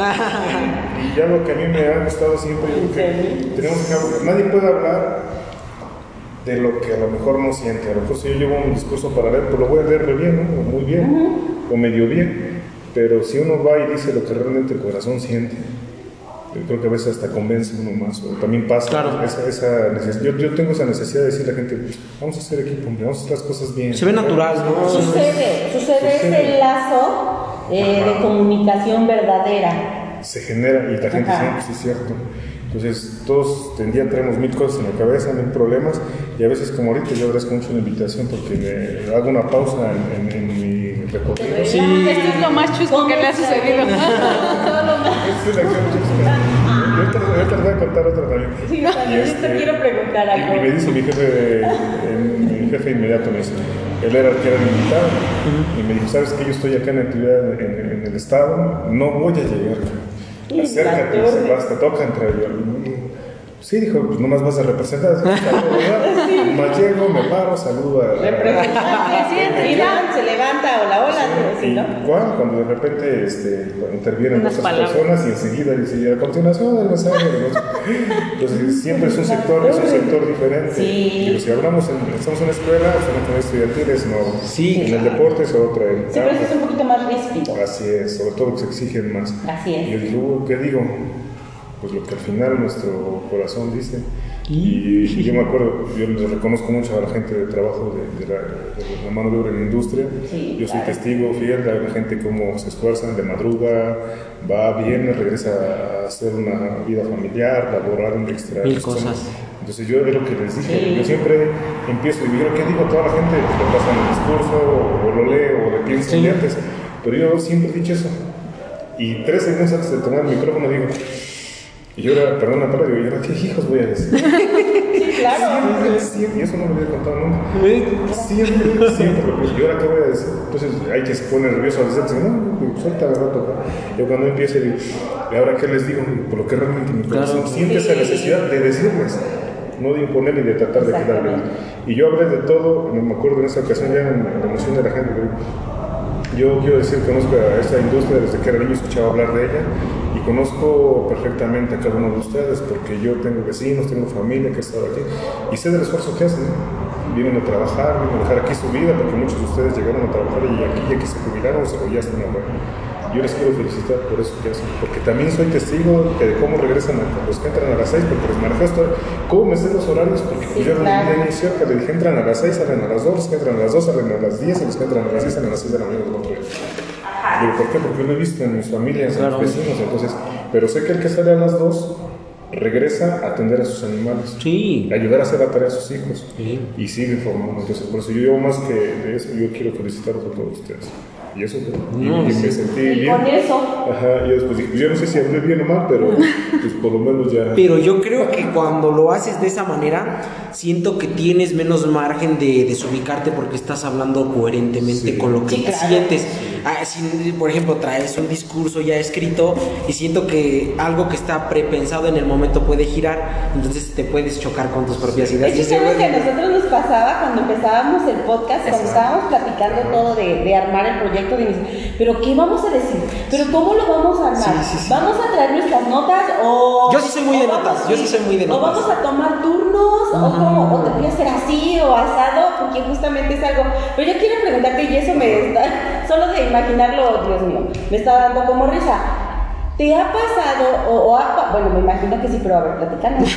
Y ya lo que a mí me ha gustado siempre, yo creo que tenemos que hablar. Nadie puede hablar de lo que a lo mejor no siente. A lo mejor si yo llevo un discurso para leer, pues lo voy a leer re bien, ¿no? O muy bien, o medio bien. Pero si uno va y dice lo que realmente el corazón siente, yo creo que a veces hasta convence uno más. O también pasa esa necesidad. Yo tengo esa necesidad de decirle a la gente, pues, vamos a hacer equipo, hombre, vamos a hacer las cosas bien. Se ve natural, ¿no? Sucede ese lazo de comunicación verdadera. Se genera y la gente dice, pues sí es cierto. Entonces todos un día traemos 1000 cosas en la cabeza, 1000 problemas, y a veces como ahorita yo agradezco mucho la invitación porque me hago una pausa en mi recorrido. Sí. Esto es lo más chusco que le ha sucedido. Todo lo más. Esta es la acción chusca. Ahorita les voy a contar otra también. Sí, yo te quiero preguntar algo. Y me dice mi jefe inmediato, me dice, él era el que era el invitado, y me dijo, ¿sabes qué? Yo estoy acá en actividad en el estado, no voy a llegar. Acércate, te toca entrar. Sí, dijo, pues nomás vas a representar. Más llego, me paro, saludo a... Se levanta, hola, Sí, ¿no? cuando de repente intervienen Unas otras palabras. personas y enseguida dice, a continuación el mensaje de los... Entonces siempre es un sector diferente. Sí. Digo, si estamos en una escuela, son actividades estudiantiles, no. Sí, En el deporte es otra. Sí, pero es un poquito más ríspido. Así es, sobre todo que se exigen más. Así es. Y yo digo, ¿qué digo? Pues lo que al final nuestro corazón dice. Y yo me acuerdo, yo les reconozco mucho a la gente de trabajo de la mano de obra en la industria. Sí, yo soy claro. testigo fiel de la gente cómo se esfuerzan de madruga, va, viene, regresa a hacer una vida familiar, laboral, extra. Mil cosas. Entonces yo es lo que les dije, Sí. yo siempre empiezo y yo, ¿qué digo a toda la gente? Le pasa el discurso, o lo leo, o le pienso Sí. antes, pero yo siempre he dicho eso. Y 3 segundos antes de tomar el micrófono digo, y yo era, perdón la palabra, digo, ¿y ahora qué hijos voy a decir? Sí, claro. Siempre, y eso no lo había contado nunca. Siempre lo pienso. ¿Y ahora qué voy a decir? Entonces hay que se pone nervioso a decir, no, suelta de rato. Yo cuando empiezo digo, ¿y ahora qué les digo? Por lo que realmente mi corazón Claro. siente esa necesidad de decirles, no de imponer ni de tratar de quedar bien. Y yo hablé de todo, no me acuerdo en esa ocasión ya en la emoción de la gente, yo quiero decir, conozco a esta industria desde que era niño, escuchaba hablar de ella y conozco perfectamente a cada uno de ustedes porque yo tengo vecinos, tengo familia que ha estado aquí y sé del esfuerzo que hacen. Vienen a trabajar, vienen a dejar aquí su vida porque muchos de ustedes llegaron a trabajar y aquí se jubilaron o se ya están afuera. Yo les quiero felicitar por eso que hacen, porque también soy testigo de cómo regresan los que entran a las 6, porque les manifiesto cómo me sé los horarios, porque Sí, yo claro. no inicio que le dije entran a las 6, salen a las 2, los que entran a las 2, salen a las 10, y los que entran a las 6, salen a las 6 de la mañana del otro día. Digo, ¿por qué? Porque lo he visto en mis familias, en Claro. mis vecinos, entonces, pero sé que el que sale a las 2 regresa a atender a sus animales, Sí. a ayudar a hacer la tarea a sus hijos Sí. y sigue formando. Entonces, por eso yo llevo más que de eso, yo quiero felicitarlos a todos ustedes. Y eso fue. No, y sí. me sentí Y bien. con eso. Ajá, y después dije, yo no sé si hablé bien o mal, pero pues por lo menos ya. Pero yo creo que cuando lo haces de esa manera, siento que tienes menos margen de desubicarte porque estás hablando coherentemente Sí. con lo que Sí, claro. sientes. si por ejemplo traes un discurso ya escrito y siento que algo que está prepensado en el momento puede girar, entonces te puedes chocar con tus propias ideas. Es que sabes que a nosotros nos pasaba cuando empezábamos el podcast, cuando estábamos platicando todo de armar el proyecto, pero ¿qué vamos a decir? ¿Pero cómo lo vamos a armar? Sí. ¿Vamos a traer nuestras notas o...? Yo sí soy muy de notas, ¿O vamos a tomar turnos? ¿O cómo? ¿O te voy a hacer así o asado? Porque justamente es algo... Pero yo quiero preguntarte, y eso me está... Solo de imaginarlo, Dios mío, me está dando como risa. ¿Te ha pasado, bueno, me imagino que sí, pero a ver, platícanos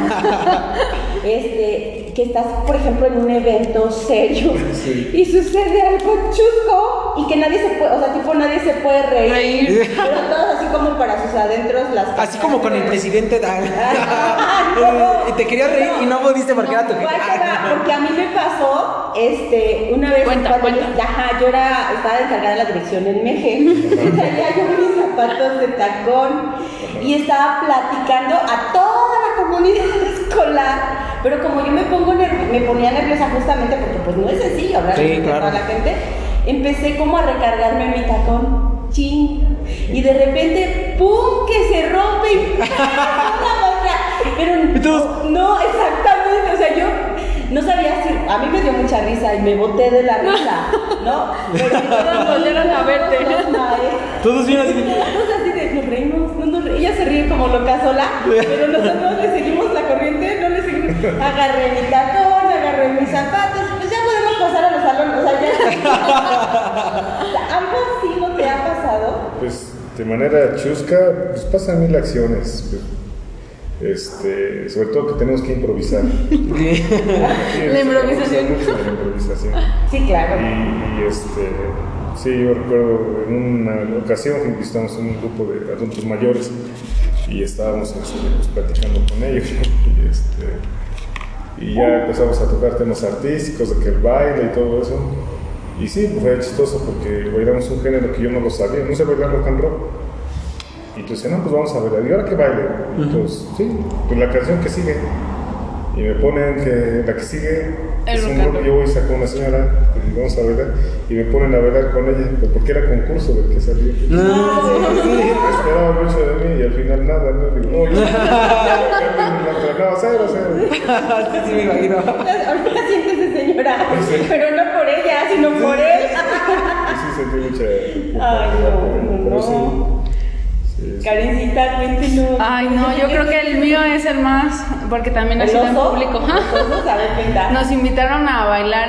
que estás, por ejemplo, en un evento serio y sucede algo chusco y que nadie se puede, o sea, tipo nadie se puede reír, pero todos así como para sus adentros así como con el presidente y te querías reír y no pudiste porque era tu porque a mí me pasó, una vez cuenta. Yo estaba encargada de la dirección en Meje, traía yo mis zapatos de tacón y estaba platicando a toda la comunidad escolar, pero como yo me ponía nerviosa justamente porque pues no es sencillo hablar a toda la gente, empecé como a recargarme mi tacón, chin, y de repente ¡pum! Que se rompe y pero no exactamente, o sea, yo no sabía si, a mí me dio mucha risa y me boté de la risa, ¿no? Pero todos volvieron a verte. Todos bien así. Todos así de, nos reímos, ella se ríe como loca sola, pero nosotros le seguimos la corriente, no le seguimos. Agarré mi tacón, agarré mis zapatos, pues ya podemos pasar a los salones, o sea, ya. ¿Algo así no te ha pasado? Pues de manera chusca, pues pasan mil acciones. Sobre todo que tenemos que improvisar. La improvisación. La improvisación. Sí, claro. Y sí, yo recuerdo en una ocasión que visitamos un grupo de adultos mayores y estábamos pues, platicando con ellos y ya empezamos a tocar temas artísticos de que el baile y todo eso. Y sí, pues fue chistoso porque bailamos un género que yo no lo sabía, no sé bailar rock and roll. Y entonces, no, pues vamos a bailar. ¿Y ahora qué baile? Entonces, sí, pues la canción que sigue. Y me ponen que la que sigue es un grupo. Yo voy a sacar una señora y vamos a bailar. Y me ponen a bailar con ella, pues porque era concurso del que salía. Esperaba mucho de mí y al final nada. No digo, no, cero. Sí, me imagino. Ahorita sientes de señora, pero no por ella, sino por él. Sí, sentí mucha. Ay, no. Karencita, cuéntenos. Ay, no, yo creo que el mío es el más, porque también ha sido en público. Nos invitaron a bailar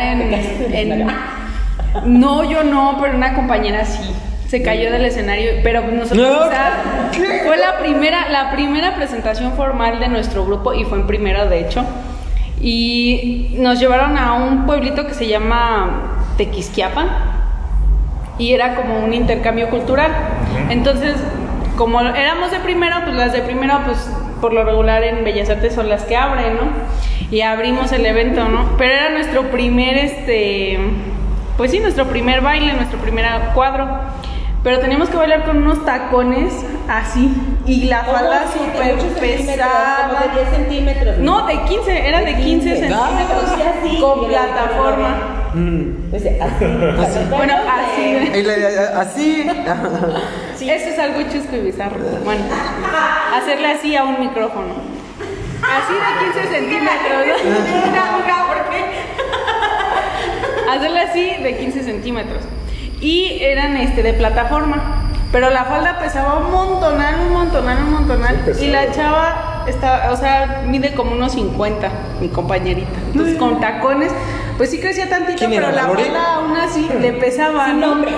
No, yo no, pero una compañera sí. Se cayó del escenario, pero nosotros, o sea, fue la primera presentación formal de nuestro grupo y fue en primero, de hecho. Y nos llevaron a un pueblito que se llama Tequisquiapan y era como un intercambio cultural. Entonces, como éramos de primero, pues las de primero, pues por lo regular en Bellas Artes son las que abren, ¿no? Y abrimos el evento, ¿no? Pero era nuestro primer, pues sí, nuestro primer baile, nuestro primer cuadro. Pero teníamos que bailar con unos tacones así y la falda súper pesada. Como de 10 centímetros. No, de 15, era de 15 centímetros. Así, con plataforma. Pues así. Bueno, así. Sí, eso es algo chusco y bizarro. Bueno, hacerle así a un micrófono. Así de 15 centímetros. ¿Por qué? Hacerle así de 15 centímetros. Y eran de plataforma. Pero la falda pesaba un montonal. Sí, y la chava estaba, o sea, mide como unos 50, mi compañerita. Entonces con tacones, pues sí crecía tantito, pero la falda aún así le pesaba. Sin nombre.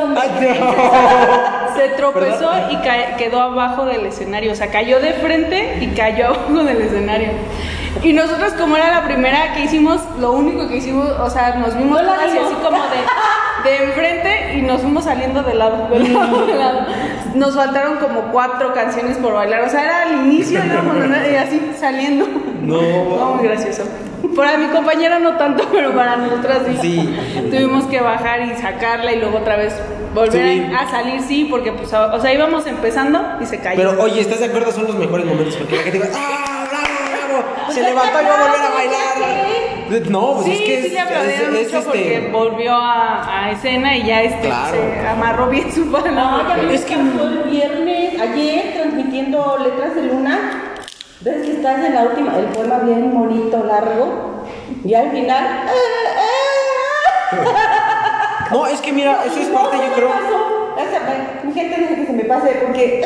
Se tropezó y quedó abajo del escenario. O sea, cayó de frente y cayó abajo del escenario. Y nosotros, como era la primera que hicimos, lo único que hicimos, o sea, nos vimos todas así como de enfrente y nos fuimos saliendo de lado. Nos faltaron como 4 canciones por bailar. O sea, era al inicio y así saliendo. No, muy gracioso. Para mi compañera no tanto, pero para nosotras sí. Tuvimos que bajar y sacarla y luego otra vez volver a salir, sí, porque pues, o sea, íbamos empezando y se cayó. Pero oye, ¿estás de acuerdo? Son los mejores momentos porque la gente dice, ¡ah, bravo! Se levantó y va a volver a bailar. No, pues Sí, es que sí le aplaudieron mucho porque volvió a escena y ya Claro. se amarró bien su No, palabra. ya me Es que- pasó el viernes, ayer, transmitiendo Letras de Luna. Ves que estás en la última, el poema bien bonito, largo. Y al final. No, es que mira, eso es parte, yo creo. Mi gente dice que se me pase porque.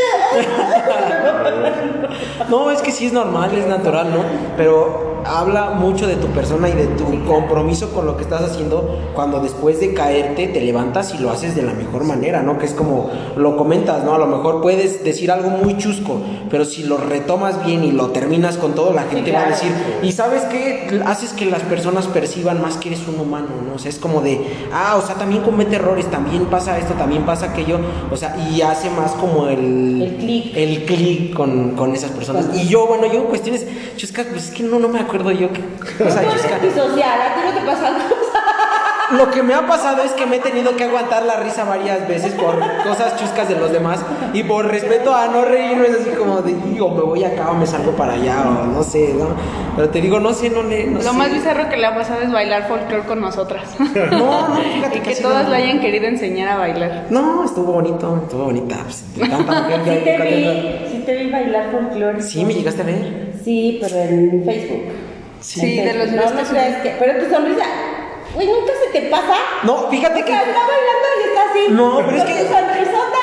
No, es que sí es normal, es natural, ¿no? Pero habla mucho de tu persona y de tu compromiso con lo que estás haciendo cuando después de caerte te levantas y lo haces de la mejor manera, ¿no? Que es como lo comentas, ¿no? A lo mejor puedes decir algo muy chusco, pero si lo retomas bien y lo terminas con todo, la gente va a decir, y ¿sabes qué? Haces que las personas perciban más que eres un humano, ¿no? O sea, es como de, o sea, también comete errores, también pasa esto, también pasa aquello, o sea, y hace más como el clic con esas personas. Y yo, bueno, yo en cuestiones chuscas, pues es que no me acuerdo yo qué cosa chusca. Social, ¿a ti no te pasa algo? Lo que me ha pasado es que me he tenido que aguantar la risa varias veces por cosas chuscas de los demás y por respeto a no reírme, es así como de, o me voy acá o me salgo para allá o no sé, ¿no? Pero te digo, no sé. Lo más bizarro que le ha pasado es bailar folclore con nosotras. No, fíjate Y que sí todas no. lo hayan querido enseñar a bailar. No, estuvo bonito, estuvo bonita. Pues, de tanta mujer que hay. Sí te vi bailar folclore. Sí, me llegaste a ver. Sí, pero en Facebook. Sí, En de los Facebook. videos No que creas que. Pero tu sonrisa. Güey, ¿nunca se te pasa? No, fíjate O que. sea, está bailando y está así. No, pero es con que- tu sonrisota,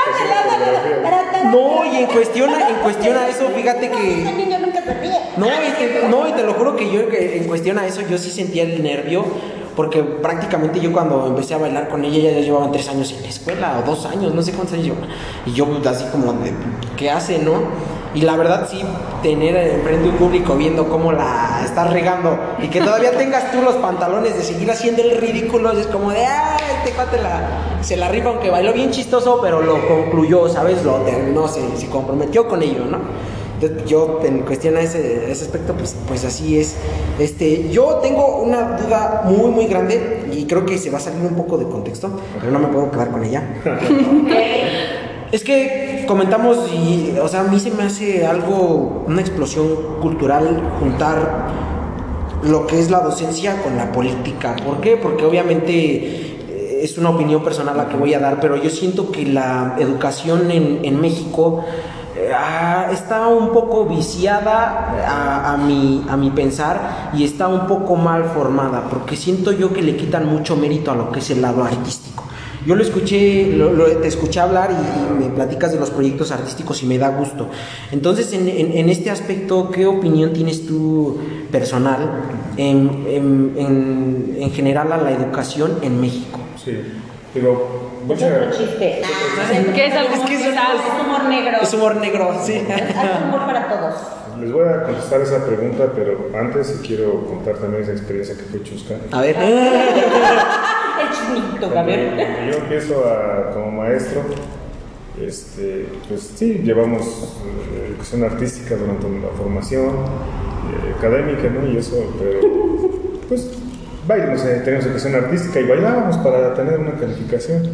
No, y en cuestión a eso, fíjate que. Ese niño nunca se ríe. Y te lo juro que yo en cuestión a eso yo sí sentía el nervio, porque prácticamente yo cuando empecé a bailar con ella ya llevaban 3 años en la escuela o 2 años, no sé cuántos años llevaban. Y yo pues, así como de, ¿qué hace, no? Y la verdad sí, tener enfrente un público viendo cómo la estás regando y que todavía tengas tú los pantalones de seguir haciendo el ridículo, es como de, este cuate se la rifa, aunque bailó bien chistoso, pero lo concluyó, ¿sabes? Lo terminó, se comprometió con ello, ¿no? Entonces, yo en cuestión a ese aspecto, pues así es. Yo tengo una duda muy, muy grande y creo que se va a salir un poco de contexto, pero no me puedo quedar con ella. Es que comentamos o sea, a mí se me hace una explosión cultural juntar lo que es la docencia con la política. ¿Por qué? Porque obviamente es una opinión personal la que voy a dar, pero yo siento que la educación en México está un poco viciada a mi pensar y está un poco mal formada, porque siento yo que le quitan mucho mérito a lo que es el lado artístico. Yo lo escuché, te escuché hablar y me platicas de los proyectos artísticos y me da gusto. Entonces, en este aspecto, ¿qué opinión tienes tú personal en general a la educación en México? Sí, digo, Es otro chiste. ¿Qué es algo Es que que es- sabes? Es humor negro. Es humor negro, sí. Hay humor para todos. les voy a contestar esa pregunta, pero antes quiero contar también esa experiencia que fue chusca. A ver. El chismito, Cuando Gabriel. yo empiezo como maestro, pues sí, llevamos educación artística durante la formación académica, ¿no? Y eso, pero pues teníamos educación artística y bailábamos para tener una calificación.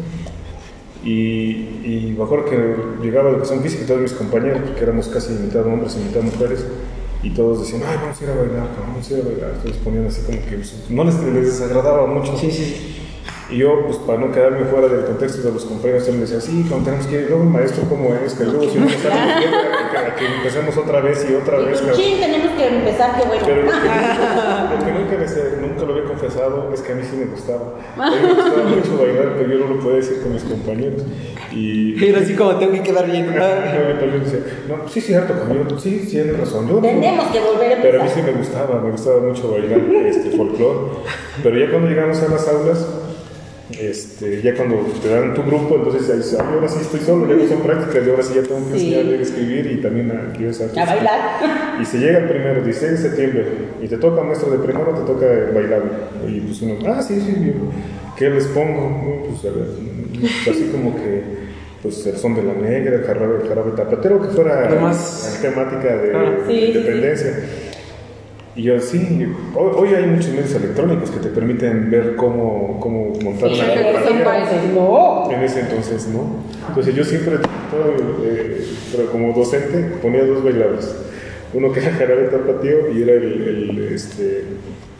Y me acuerdo que llegaba educación física y todos mis compañeros, porque éramos casi mitad hombres y mitad mujeres, y todos decían, ay, vamos a ir a bailar, vamos a ir a bailar. Entonces ponían así como que no les desagradaba mucho. Sí. Y yo, pues para no quedarme fuera del contexto de los compañeros, yo me decía, sí, cuando tenemos que ir, luego el maestro, ¿cómo es? Que luego si no nos sale bien, que empecemos otra vez y otra vez. Chin, tenemos que empezar, qué bueno. Pero lo que nunca lo había confesado es que a mí sí me gustaba. A mí me gustaba mucho bailar, pero yo no lo podía decir con mis compañeros. Pero así como tengo que quedar bien. No, sí, cierto, conmigo, sí, tienes razón. Tenemos que volver a empezar. Pero a mí sí me gustaba mucho bailar folclore. Pero ya cuando llegamos a las aulas, ya cuando te dan tu grupo, entonces ya dices, ahora sí estoy solo, ya no son prácticas, y ahora sí ya tengo que enseñarle a escribir y también a bailar. Y se llega el primero, 16 de septiembre, y te toca maestro de primero, te toca bailar. Y pues uno, sí, ¿qué les pongo? No, pues a ver, así como que, pues el son de la negra, el jarabe tapatero, que fuera la temática de independencia. Y yo, sí, hoy hay muchos medios electrónicos que te permiten ver cómo montar una coreografía. No. En ese entonces, ¿no? Entonces yo siempre, pero como docente, ponía 2 bailables. Uno que era jarabe tapatío y era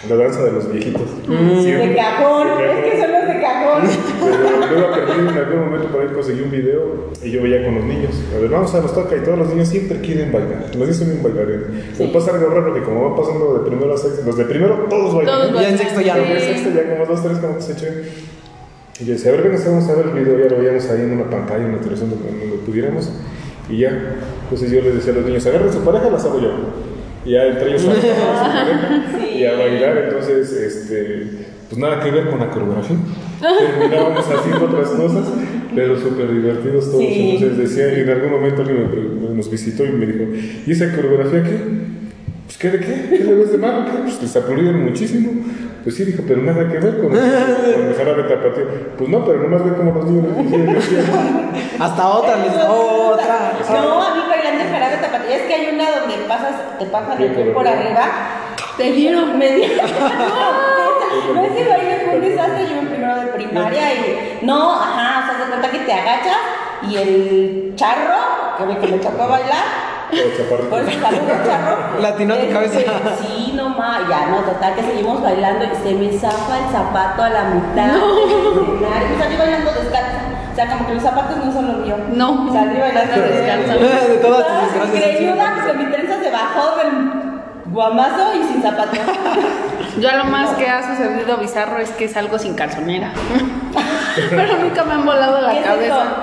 La danza de los viejitos. De cajón, es que son los de cajón. Pero luego aprendí en algún momento por ahí conseguí un video y yo veía con los niños. A ver, vamos a nos toca y todos los niños siempre quieren bailar. Los niños son bien bailarines. Sí. Me pasa algo raro que como van pasando de primero a sexto, los de primero todos bailan. Todos Ya en sexto ya no. En sexto ya como 2, 3 como que se echen. Y yo decía, a ver, venga, vamos a ver el video. Ya lo veíamos ahí en una pantalla, en una televisión donde pudiéramos. Y ya, entonces yo les decía a los niños, agarren su pareja, las hago yo. Y ya entre ellos agarran su pareja y a bailar. Entonces, pues nada que ver con la coreografía. Terminábamos haciendo otras cosas, pero súper divertidos todos. Sí. Entonces decía, y en algún momento alguien nos visitó y me dijo, ¿y esa coreografía qué? Pues ¿qué de qué? ¿Qué le ves de malo? ¿Qué? Pues les aplaudieron muchísimo. Pues sí, dijo, pero nada que ver con el jarabe tapatío. Pues no, pero nomás ve como los niños decían. Hasta otra, otra. No, a mí bailando el jarabe tapatío, es que hay una donde te pasan el pie por arriba. Te dieron. Me dieron. No, ese baile fue un desastre. Yo en primero de primaria y. No, ajá, o sea, se cuenta que te agachas y el charro, que me tocó bailar. Por el charro. Latinó tu cabeza. Sí, no más. Ya, no, total, que seguimos bailando y se me zafa el zapato a la mitad. No. Salí bailando descalza. O sea, como que los zapatos no son lo mío. No. Salí bailando descalza. De todas tus desgracias. Greñuda, pues mi trenza se bajó del guamazo y sin zapatos. Ya lo más que ha sucedido bizarro es que salgo sin calzonera. Pero nunca me han volado la ¿Qué es cabeza. eso?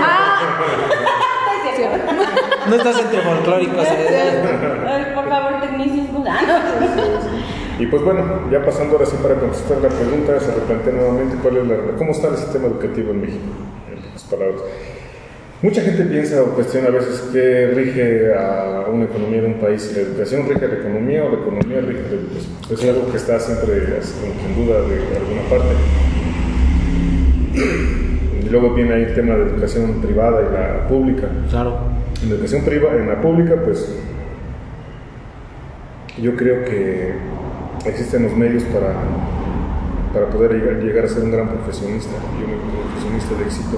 Ah, Es cierto. No estás entre folclóricos. Ay, por favor, tecnicismo. Y pues bueno, ya pasando ahora sí para contestar la pregunta, se replantea nuevamente cómo está el sistema educativo en México. En pocas palabras. Mucha gente piensa o cuestiona a veces qué rige a una economía de un país, si la educación rige a la economía o la economía rige a la educación. Es algo que está siempre como que en duda de alguna parte. Y luego viene ahí el tema de educación privada y la pública. Claro. En la educación privada, en la pública, pues yo creo que existen los medios para poder llegar a ser un gran profesionista, y un profesionista de éxito.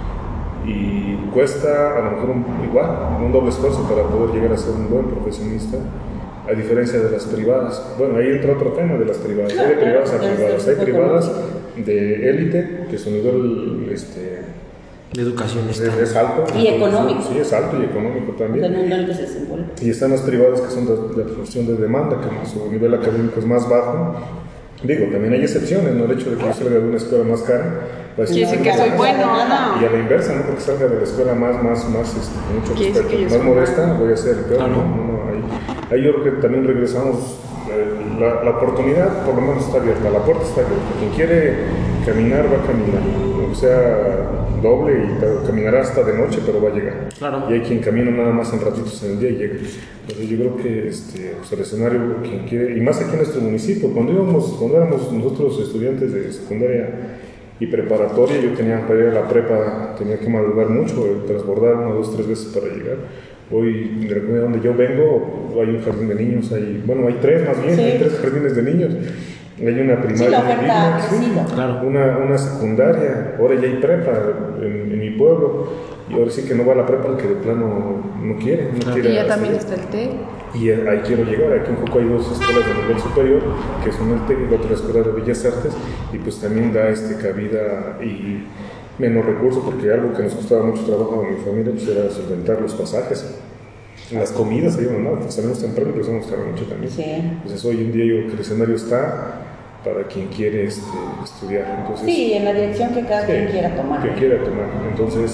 Y cuesta a lo mejor un doble esfuerzo para poder llegar a ser un buen profesionista, a diferencia de las privadas. Bueno, ahí entra otro tema de las privadas. Hay de privadas a privadas. Hay privadas de élite, que su nivel De educación está. es alto. Y económico. Sí, es alto y económico también. En el que se desenvuelve. Y están las privadas que son de profesión de demanda, que su nivel académico es más bajo. Digo, también hay excepciones, ¿no? El hecho de que yo salga de una escuela más cara, va a quiere decir que soy bueno, no. y a la inversa, ¿no? Porque salga de la escuela con mucho Quiere decir que yo respeto, más soy modesta, voy a ser el peor. Claro. No, ahí yo creo que también regresamos, la oportunidad por lo menos está abierta, la puerta está abierta. Quien quiere caminar, va a caminar, o sea, doble y caminará hasta de noche, pero va a llegar. Claro. Y hay quien camina nada más en ratitos en el día y llega. Entonces yo creo que pues el escenario, quien quiere, y más aquí en nuestro municipio, cuando éramos nosotros estudiantes de secundaria y preparatoria, yo tenía para ir a la prepa, tenía que madrugar mucho, transbordar 1, 2, 3 veces para llegar. Hoy, en la comunidad donde yo vengo, hay un jardín de niños, hay 3 más bien, Sí. hay 3 jardines de niños. Hay una primaria, Sí, la oferta ha crecido. Claro. una secundaria, ahora ya hay prepa en mi pueblo, y ahora sí que no va a la prepa el que de plano no quiere. Y ya también está el TEC. Y ahí quiero llegar. Aquí en Joco hay 2 escuelas de nivel superior, que son el TEC y la otra escuela de Bellas Artes, y pues también da cabida y menos recursos, porque algo que nos costaba mucho trabajo a mi familia pues era solventar los pasajes. Las comidas, ahí no, pues salimos temprano y empezamos tarde noche también. Sí. Entonces hoy en día yo creo que el escenario está para quien quiere estudiar. Entonces, Sí, en la dirección que cada quien sí, quiera tomar. que quiera tomar. Entonces,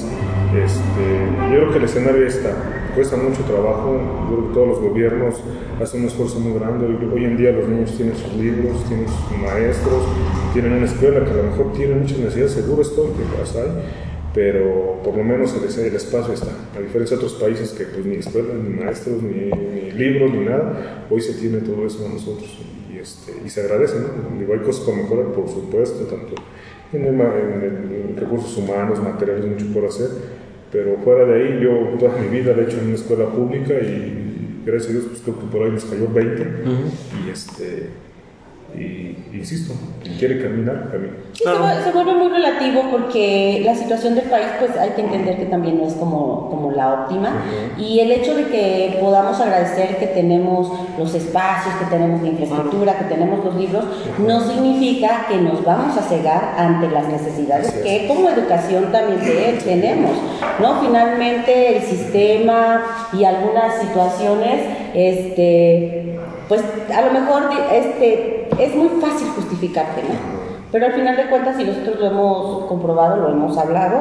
yo creo que el escenario está. Cuesta mucho trabajo. Yo creo que todos los gobiernos hacen un esfuerzo muy grande. Hoy en día los niños tienen sus libros, tienen sus maestros, tienen una escuela que a lo mejor tiene muchas necesidades. Seguro estoy que las hay, pero por lo menos el espacio está. A diferencia de otros países que pues ni escuelas, ni maestros, ni libros, ni nada, hoy se tiene todo eso a nosotros. Y se agradece, ¿no? Digo, hay cosas por mejorar, por supuesto, tanto en recursos humanos, materiales, mucho por hacer, pero fuera de ahí, yo toda mi vida la he hecho en una escuela pública y gracias a Dios, pues creo que por ahí nos cayó 20, y insisto, quien quiere caminar, camina. Sí, se vuelve muy relativo porque la situación del país, pues hay que entender que también no es como la óptima. Y el hecho de que podamos agradecer que tenemos los espacios, que tenemos la infraestructura, que tenemos los libros, no significa que nos vamos a cegar ante las necesidades que como educación también tenemos, ¿no? Finalmente el sistema y algunas situaciones, pues a lo mejor es muy fácil justificarte, ¿no? Pero al final de cuentas, si nosotros lo hemos comprobado, lo hemos hablado,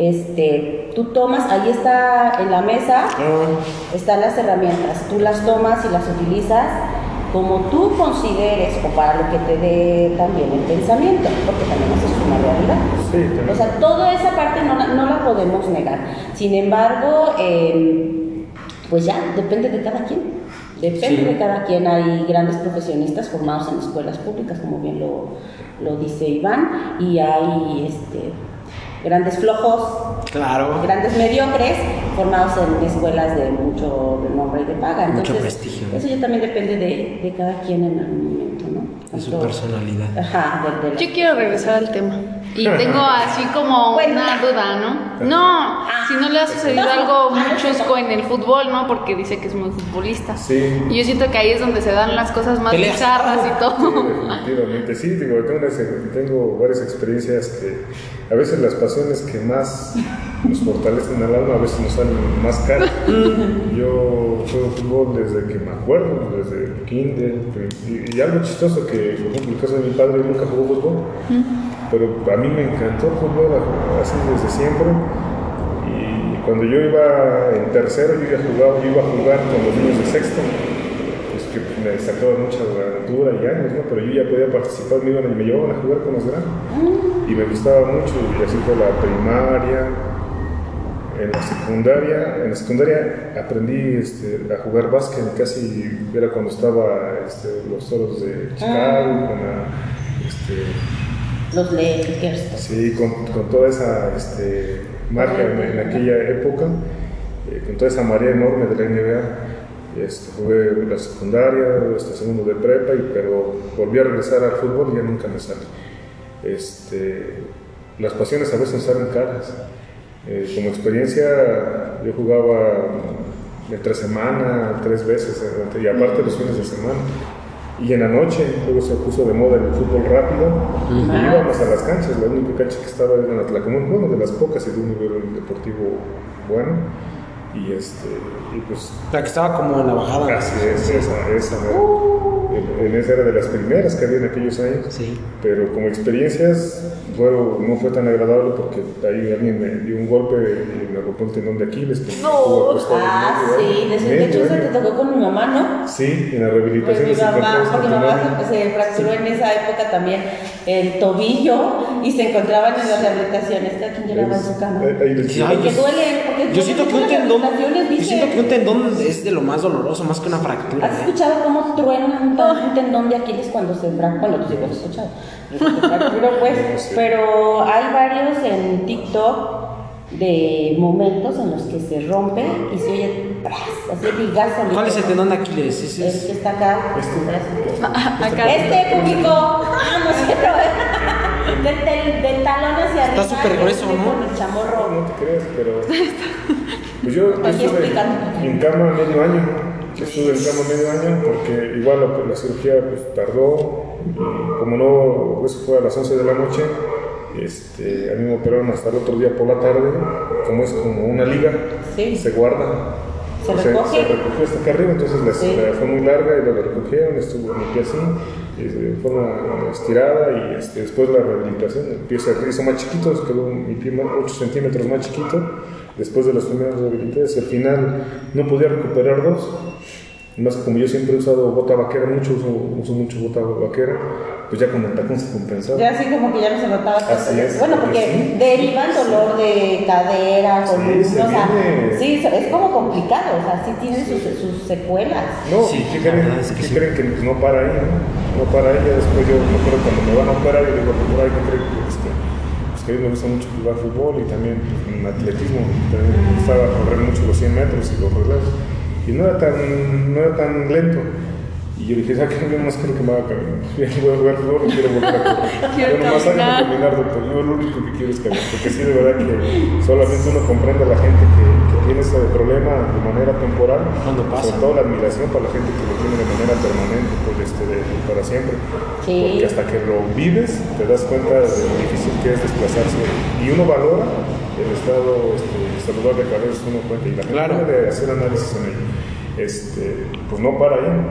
tú tomas, ahí está en la mesa, están las herramientas, tú las tomas y las utilizas como tú consideres o para lo que te dé también el pensamiento, porque también eso es una realidad. Sí, o sea, toda esa parte no la podemos negar. Sin embargo, pues ya, depende de cada quien. Depende de cada quien. Hay grandes profesionistas formados en escuelas públicas, como bien lo dice Iván, y hay grandes flojos, grandes mediocres, formados en escuelas de mucho renombre y de paga. Entonces, mucho prestigio. Eso ya también depende de cada quien en algún momento, ¿no? De su personalidad. Ajá, Yo quiero regresar al tema. Y tengo así como una duda, ¿no? No, si no le ha sucedido algo muy chusco en el fútbol, ¿no? Porque dice que es muy futbolista. Sí. Y yo siento que ahí es donde se dan las cosas más bizarras y todo. Sí, definitivamente. Sí, tengo varias experiencias que a veces las pasiones que más nos fortalecen al alma a veces nos salen más caras. Yo juego fútbol desde que me acuerdo, desde el kinder. Y algo chistoso que, por ejemplo, en el caso de mi padre, nunca jugó fútbol. Pero a mí me encantó el fútbol así desde siempre. Y cuando yo iba en tercero, yo iba a jugar con los niños de sexto, pues que me sacaba mucha aventura y años, ¿no? Pero yo ya podía participar, me llevaban a jugar con los grandes. Y me gustaba mucho, y así fue la primaria. En la secundaria aprendí a jugar básquet, casi era cuando estaba los Toros de Chicago, con los Lakers. Sí, con toda esa marca en aquella época, con toda esa marea enorme de la NBA. Jugué la secundaria, segundo de prepa, pero volví a regresar al fútbol y ya nunca me sale. Las pasiones a veces salen caras. Como experiencia, yo jugaba entre semana 3 veces, y aparte los fines de semana. Y en la noche, luego se puso de moda el fútbol rápido, y íbamos a las canchas. La única cancha que estaba era en Atlacomulco, bueno, de las pocas y de un nivel deportivo bueno. Y pues. La que estaba como en la bajada. Así es, esa esa era de las primeras que había en aquellos años. Sí. Pero como experiencias, no fue tan agradable porque ahí alguien me dio un golpe y me rompió el tendón de Aquiles. Que sí, de hecho se te tocó con mi mamá, ¿no? Sí, en la rehabilitación. Pues porque mi mamá se fracturó en esa época también el tobillo y se encontraban en las rehabilitaciones. Cada quien llegaba en su cama. Porque duele. Yo siento que un tendón es de lo más doloroso, más que una fractura. ¿Has escuchado cómo truena un tendón de Aquiles cuando se fractura? Bueno, tú sí lo has escuchado. Pero hay varios en TikTok de momentos en los que se rompe y se oye tras, así ligazo. ¿Cuál es el tendón de Aquiles? El que está acá. Acá. Público. No sé, del talón hacia arriba. Está súper grueso, ¿no? Con el chamorro. No te creas, pero. Pues yo estuve en cama medio año. Estuve en cama medio año porque igual la cirugía pues, tardó. Y como no, eso fue a las 11 de la noche. A mí me operaron hasta el otro día por la tarde. Como es como una liga, se guarda. Se recoge. Se recogió hasta acá arriba, entonces fue muy larga y la recogieron. Estuvo en el pie así, de forma estirada. Y después la rehabilitación, el pie se hizo más chiquito, quedó mi pie 8 centímetros más chiquito. Después de las primeras rehabilitaciones, al final no podía recuperar 2. Más como yo siempre he usado bota vaquera, uso mucho bota vaquera, pues ya con el tacón se compensaba. Ya así como que ya no se notaba. Así es. Bueno, porque deriva el dolor de cadera, columna, sí, es como complicado, o sea, sí tiene sus secuelas. No, ¿qué creen que no para ahí, no? No para ahí, ya después yo me acuerdo cuando me van a operar y digo, por ahí, ¿qué creen que a mí me gusta mucho jugar fútbol y también en atletismo, también me gustaba correr mucho los 100 metros y los relevos. Y no era tan lento. Y yo dije, ¿sabes qué? Yo nomás quiero que me haga caminar. Yo no voy a jugar fútbol, no quiero volver a correr. Quiero Yo nomás hágame caminar. caminar, doctor. Yo lo único que quiero es caminar. Porque sí, de verdad que solamente uno comprende a la gente que tiene ese problema de manera temporal. Cuando pasa. Sobre todo la admiración para la gente que lo tiene de manera permanente, pues, para siempre. Sí. Porque hasta que lo vives, te das cuenta de lo difícil que es desplazarse. Y uno valora el estado saludable que a veces uno cuenta. Y la gente Claro. debe de hacer análisis en ello. Pues no para ahí.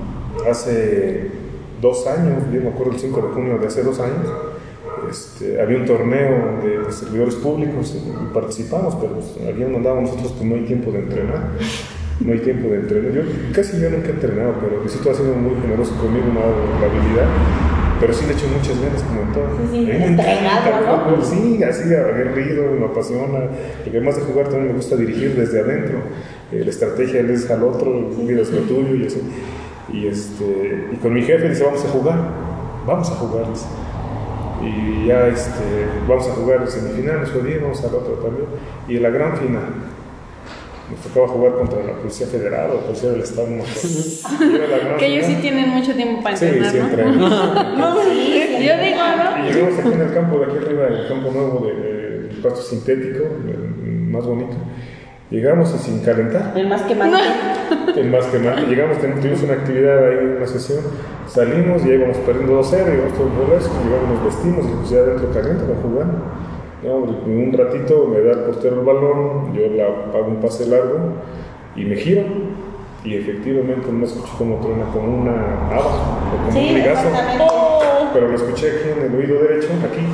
Hace 2 años, yo me acuerdo el 5 de junio de hace 2 años, había un torneo de servidores públicos y participamos, pero aquí donde andábamos nosotros pues no hay tiempo de entrenar. No hay tiempo de entrenar. Yo nunca he entrenado, pero Luisito ha sido muy generoso conmigo, me ha dado la habilidad. Pero sí le echo muchas ganas como en todo. Sí, A mí me encanta el entrenado, ¿no? fútbol, sí, así aguerrido, me apasiona. Porque además de jugar también me gusta dirigir desde adentro. La estrategia es al otro, miras lo tuyo y así. Y con mi jefe dice, vamos a jugar, dice. Y ya vamos a jugar el semifinal, nos fue bien, vamos al otro también. Y en la gran final, nos tocaba jugar contra la Policía Federal o la Policía del Estado, no me acuerdo. Y era la gran Que ellos sí final. tienen mucho tiempo para Sí, entrenar, sí, ¿no? entrenan. Yo digo, ¿no? Y llegamos aquí en el campo de aquí arriba, el campo nuevo del pasto sintético, el más bonito. Llegamos y sin calentar. El más quemante. El más que más. Llegamos, tuvimos una actividad ahí, una sesión. Salimos y ya íbamos perdiendo 2-0, íbamos todos borrachos, llegamos, nos vestimos y pues ya adentro caliente para jugar. No, en un ratito me da el portero el balón, yo le hago un pase largo y me giro. Y efectivamente no escucho como truena, como una haba o como un Sí, ligazo. exactamente. Pero lo escuché aquí en el oído derecho, aquí.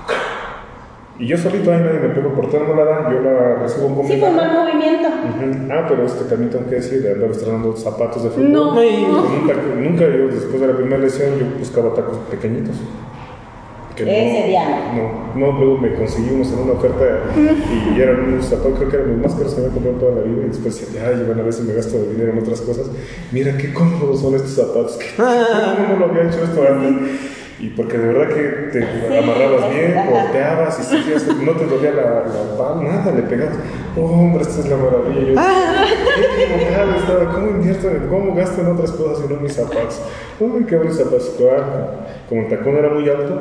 Y yo solito ahí nadie me pegó, el portero no la da, yo la recibo un Sí, fue un mal movimiento. Pero también tengo que decir, de andar estrenando zapatos de fútbol. No. Nunca yo, después de la primera lesión, yo buscaba tacos pequeñitos. Que Ese día. No, luego me conseguí unos en una oferta y eran unos zapatos, creo que eran los más caros que me había comprado toda la vida. Y después decía, bueno, a veces me gasto de dinero en otras cosas. Mira qué cómodos son estos zapatos. ¿Cómo no lo había hecho esto antes? Y porque de verdad que te amarrabas bien, volteabas y seguías, no te dolía la palma, nada, le pegabas. Hombre, esta es la maravilla. Yo, qué equivocado estaba, ¿cómo invierto, cómo gasto en otras cosas y no en mis zapatos? Uy, qué buenos zapatos. Claro, como el tacón era muy alto,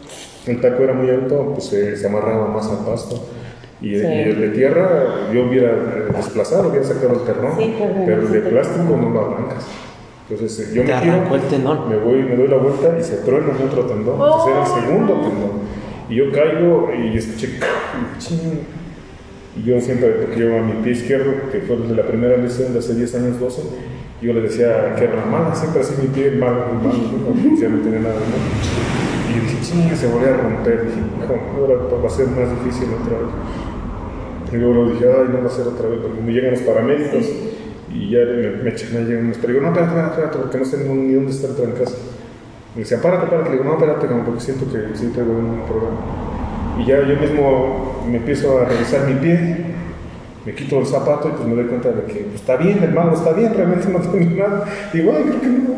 pues se amarraba más al pasto. Y el de tierra, yo hubiera desplazado, hubiera sacado el terrón, Sí, pero el de plástico no lo arrancas. Entonces yo Te me giro, arrancó el tendón. me doy la vuelta y se truena en otro tendón. Entonces era el segundo tendón. Y yo caigo y escuché ching. Y yo siempre, porque yo a mi pie izquierdo, que fue el de la primera lesión de hace 10 años, 12, yo le decía que era la mala, siempre así mi pie malo, ¿no? Ya no tenía nada, ¿no? Y yo dije, ching, se volvió a romper. Dije, ahora va a ser más difícil otra vez. Y luego dije, no va a ser otra vez, porque me llegan los paramédicos. Y ya me llegan unos, pero digo, no, espérate, porque no sé ni dónde está el trancazo. Me decían, párate, le digo, no, espérate, porque siento que sí tengo un problema. Y ya yo mismo me empiezo a revisar mi pie, me quito el zapato y pues me doy cuenta de que pues, está bien, el mango está bien, realmente no tengo nada. Digo, creo que no,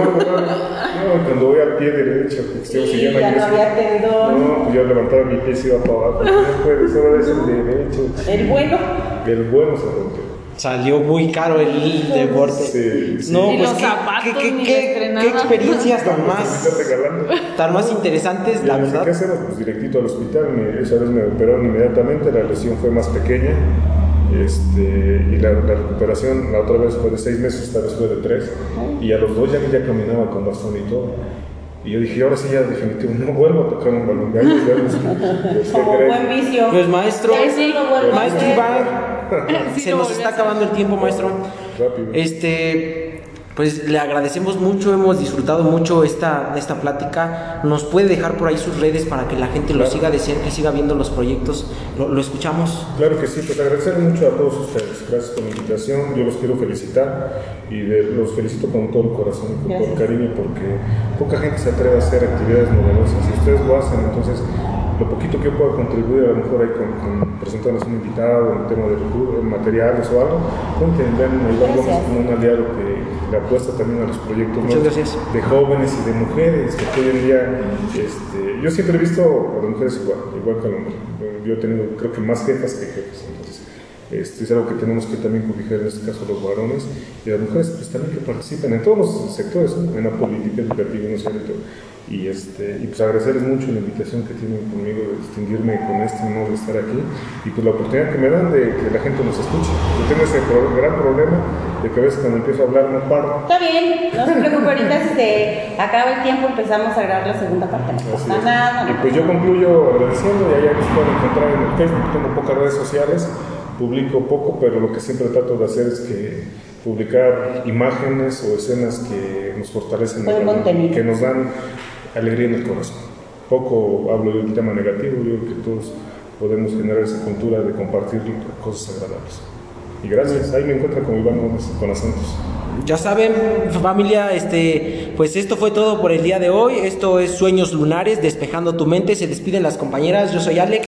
no, cuando voy al pie derecho, Sí, ya no había tendón. No, pues yo levantaba mi pie y se iba para abajo. No puede ser, ahora es el derecho. El bueno. El bueno se rompió. Salió muy caro el deporte. Sí. No, Y pues los zapatos ni qué estrenaban. experiencias tan Me más, está regalando. tan más interesantes, la verdad. ¿Qué hacemos? Pues directito al hospital. Esa vez me operaron inmediatamente, la lesión fue más pequeña. Y la recuperación, la otra vez fue de 6 meses, esta vez fue de 3. Y a los 2 ya caminaba con bastón y todo. Y yo dije, ahora sí ya definitivo, no vuelvo a tocar un balón. Ya nos vemos. Como buen vicio. Pues maestro, Ya sí lo vuelvo a maestro hacer. Iván, Sí, se lo nos volví a está hacer. acabando el tiempo, maestro. Rápido. Pues le agradecemos mucho, hemos disfrutado mucho esta plática. ¿Nos puede dejar por ahí sus redes para que la gente lo Claro. siga de cerca, siga viendo los proyectos? ¿Lo escuchamos? Claro que sí, pues agradecer mucho a todos ustedes. Gracias por la invitación. Yo los quiero felicitar y los felicito con todo el corazón y con todo el cariño porque poca gente se atreve a hacer actividades novedosas. Si ustedes lo hacen, entonces lo poquito que yo pueda contribuir, a lo mejor ahí con presentarles un invitado, en tema de materiales o algo, cuenten, vean a Iván Gómez como un aliado que le apuesta también a los proyectos Muchas gracias. de jóvenes y de mujeres, que hoy en día, yo siempre he visto a las mujeres igual que al hombre. Yo he tenido, creo que más jefas que jefes, entonces Es algo que tenemos que también cobijar, en este caso los varones y las mujeres, pues también que participen en todos los sectores, ¿no? En la política, educativa, no sé, y pues agradecerles mucho la invitación que tienen conmigo de distinguirme con este honor de estar aquí y pues la oportunidad que me dan de que la gente nos escuche. Yo tengo ese gran problema de que a veces cuando empiezo a hablar no paro. Está bien, no se preocupe, ahorita si se acaba el tiempo empezamos a grabar la segunda parte, no pasa nada. Y pues yo concluyo agradeciendo, y allá nos pueden encontrar en el Facebook, tengo pocas redes sociales, publico poco, pero lo que siempre trato de hacer es que publicar imágenes o escenas que nos fortalecen, que nos dan alegría en el corazón. Poco hablo del tema negativo, yo creo que todos podemos generar esa cultura de compartir cosas agradables. Y gracias, ahí me encuentran con Iván Gómez, con acentos. Ya saben, familia, pues esto fue todo por el día de hoy. Esto es Sueños Lunares, despejando tu mente. Se despiden las compañeras, yo soy Alec.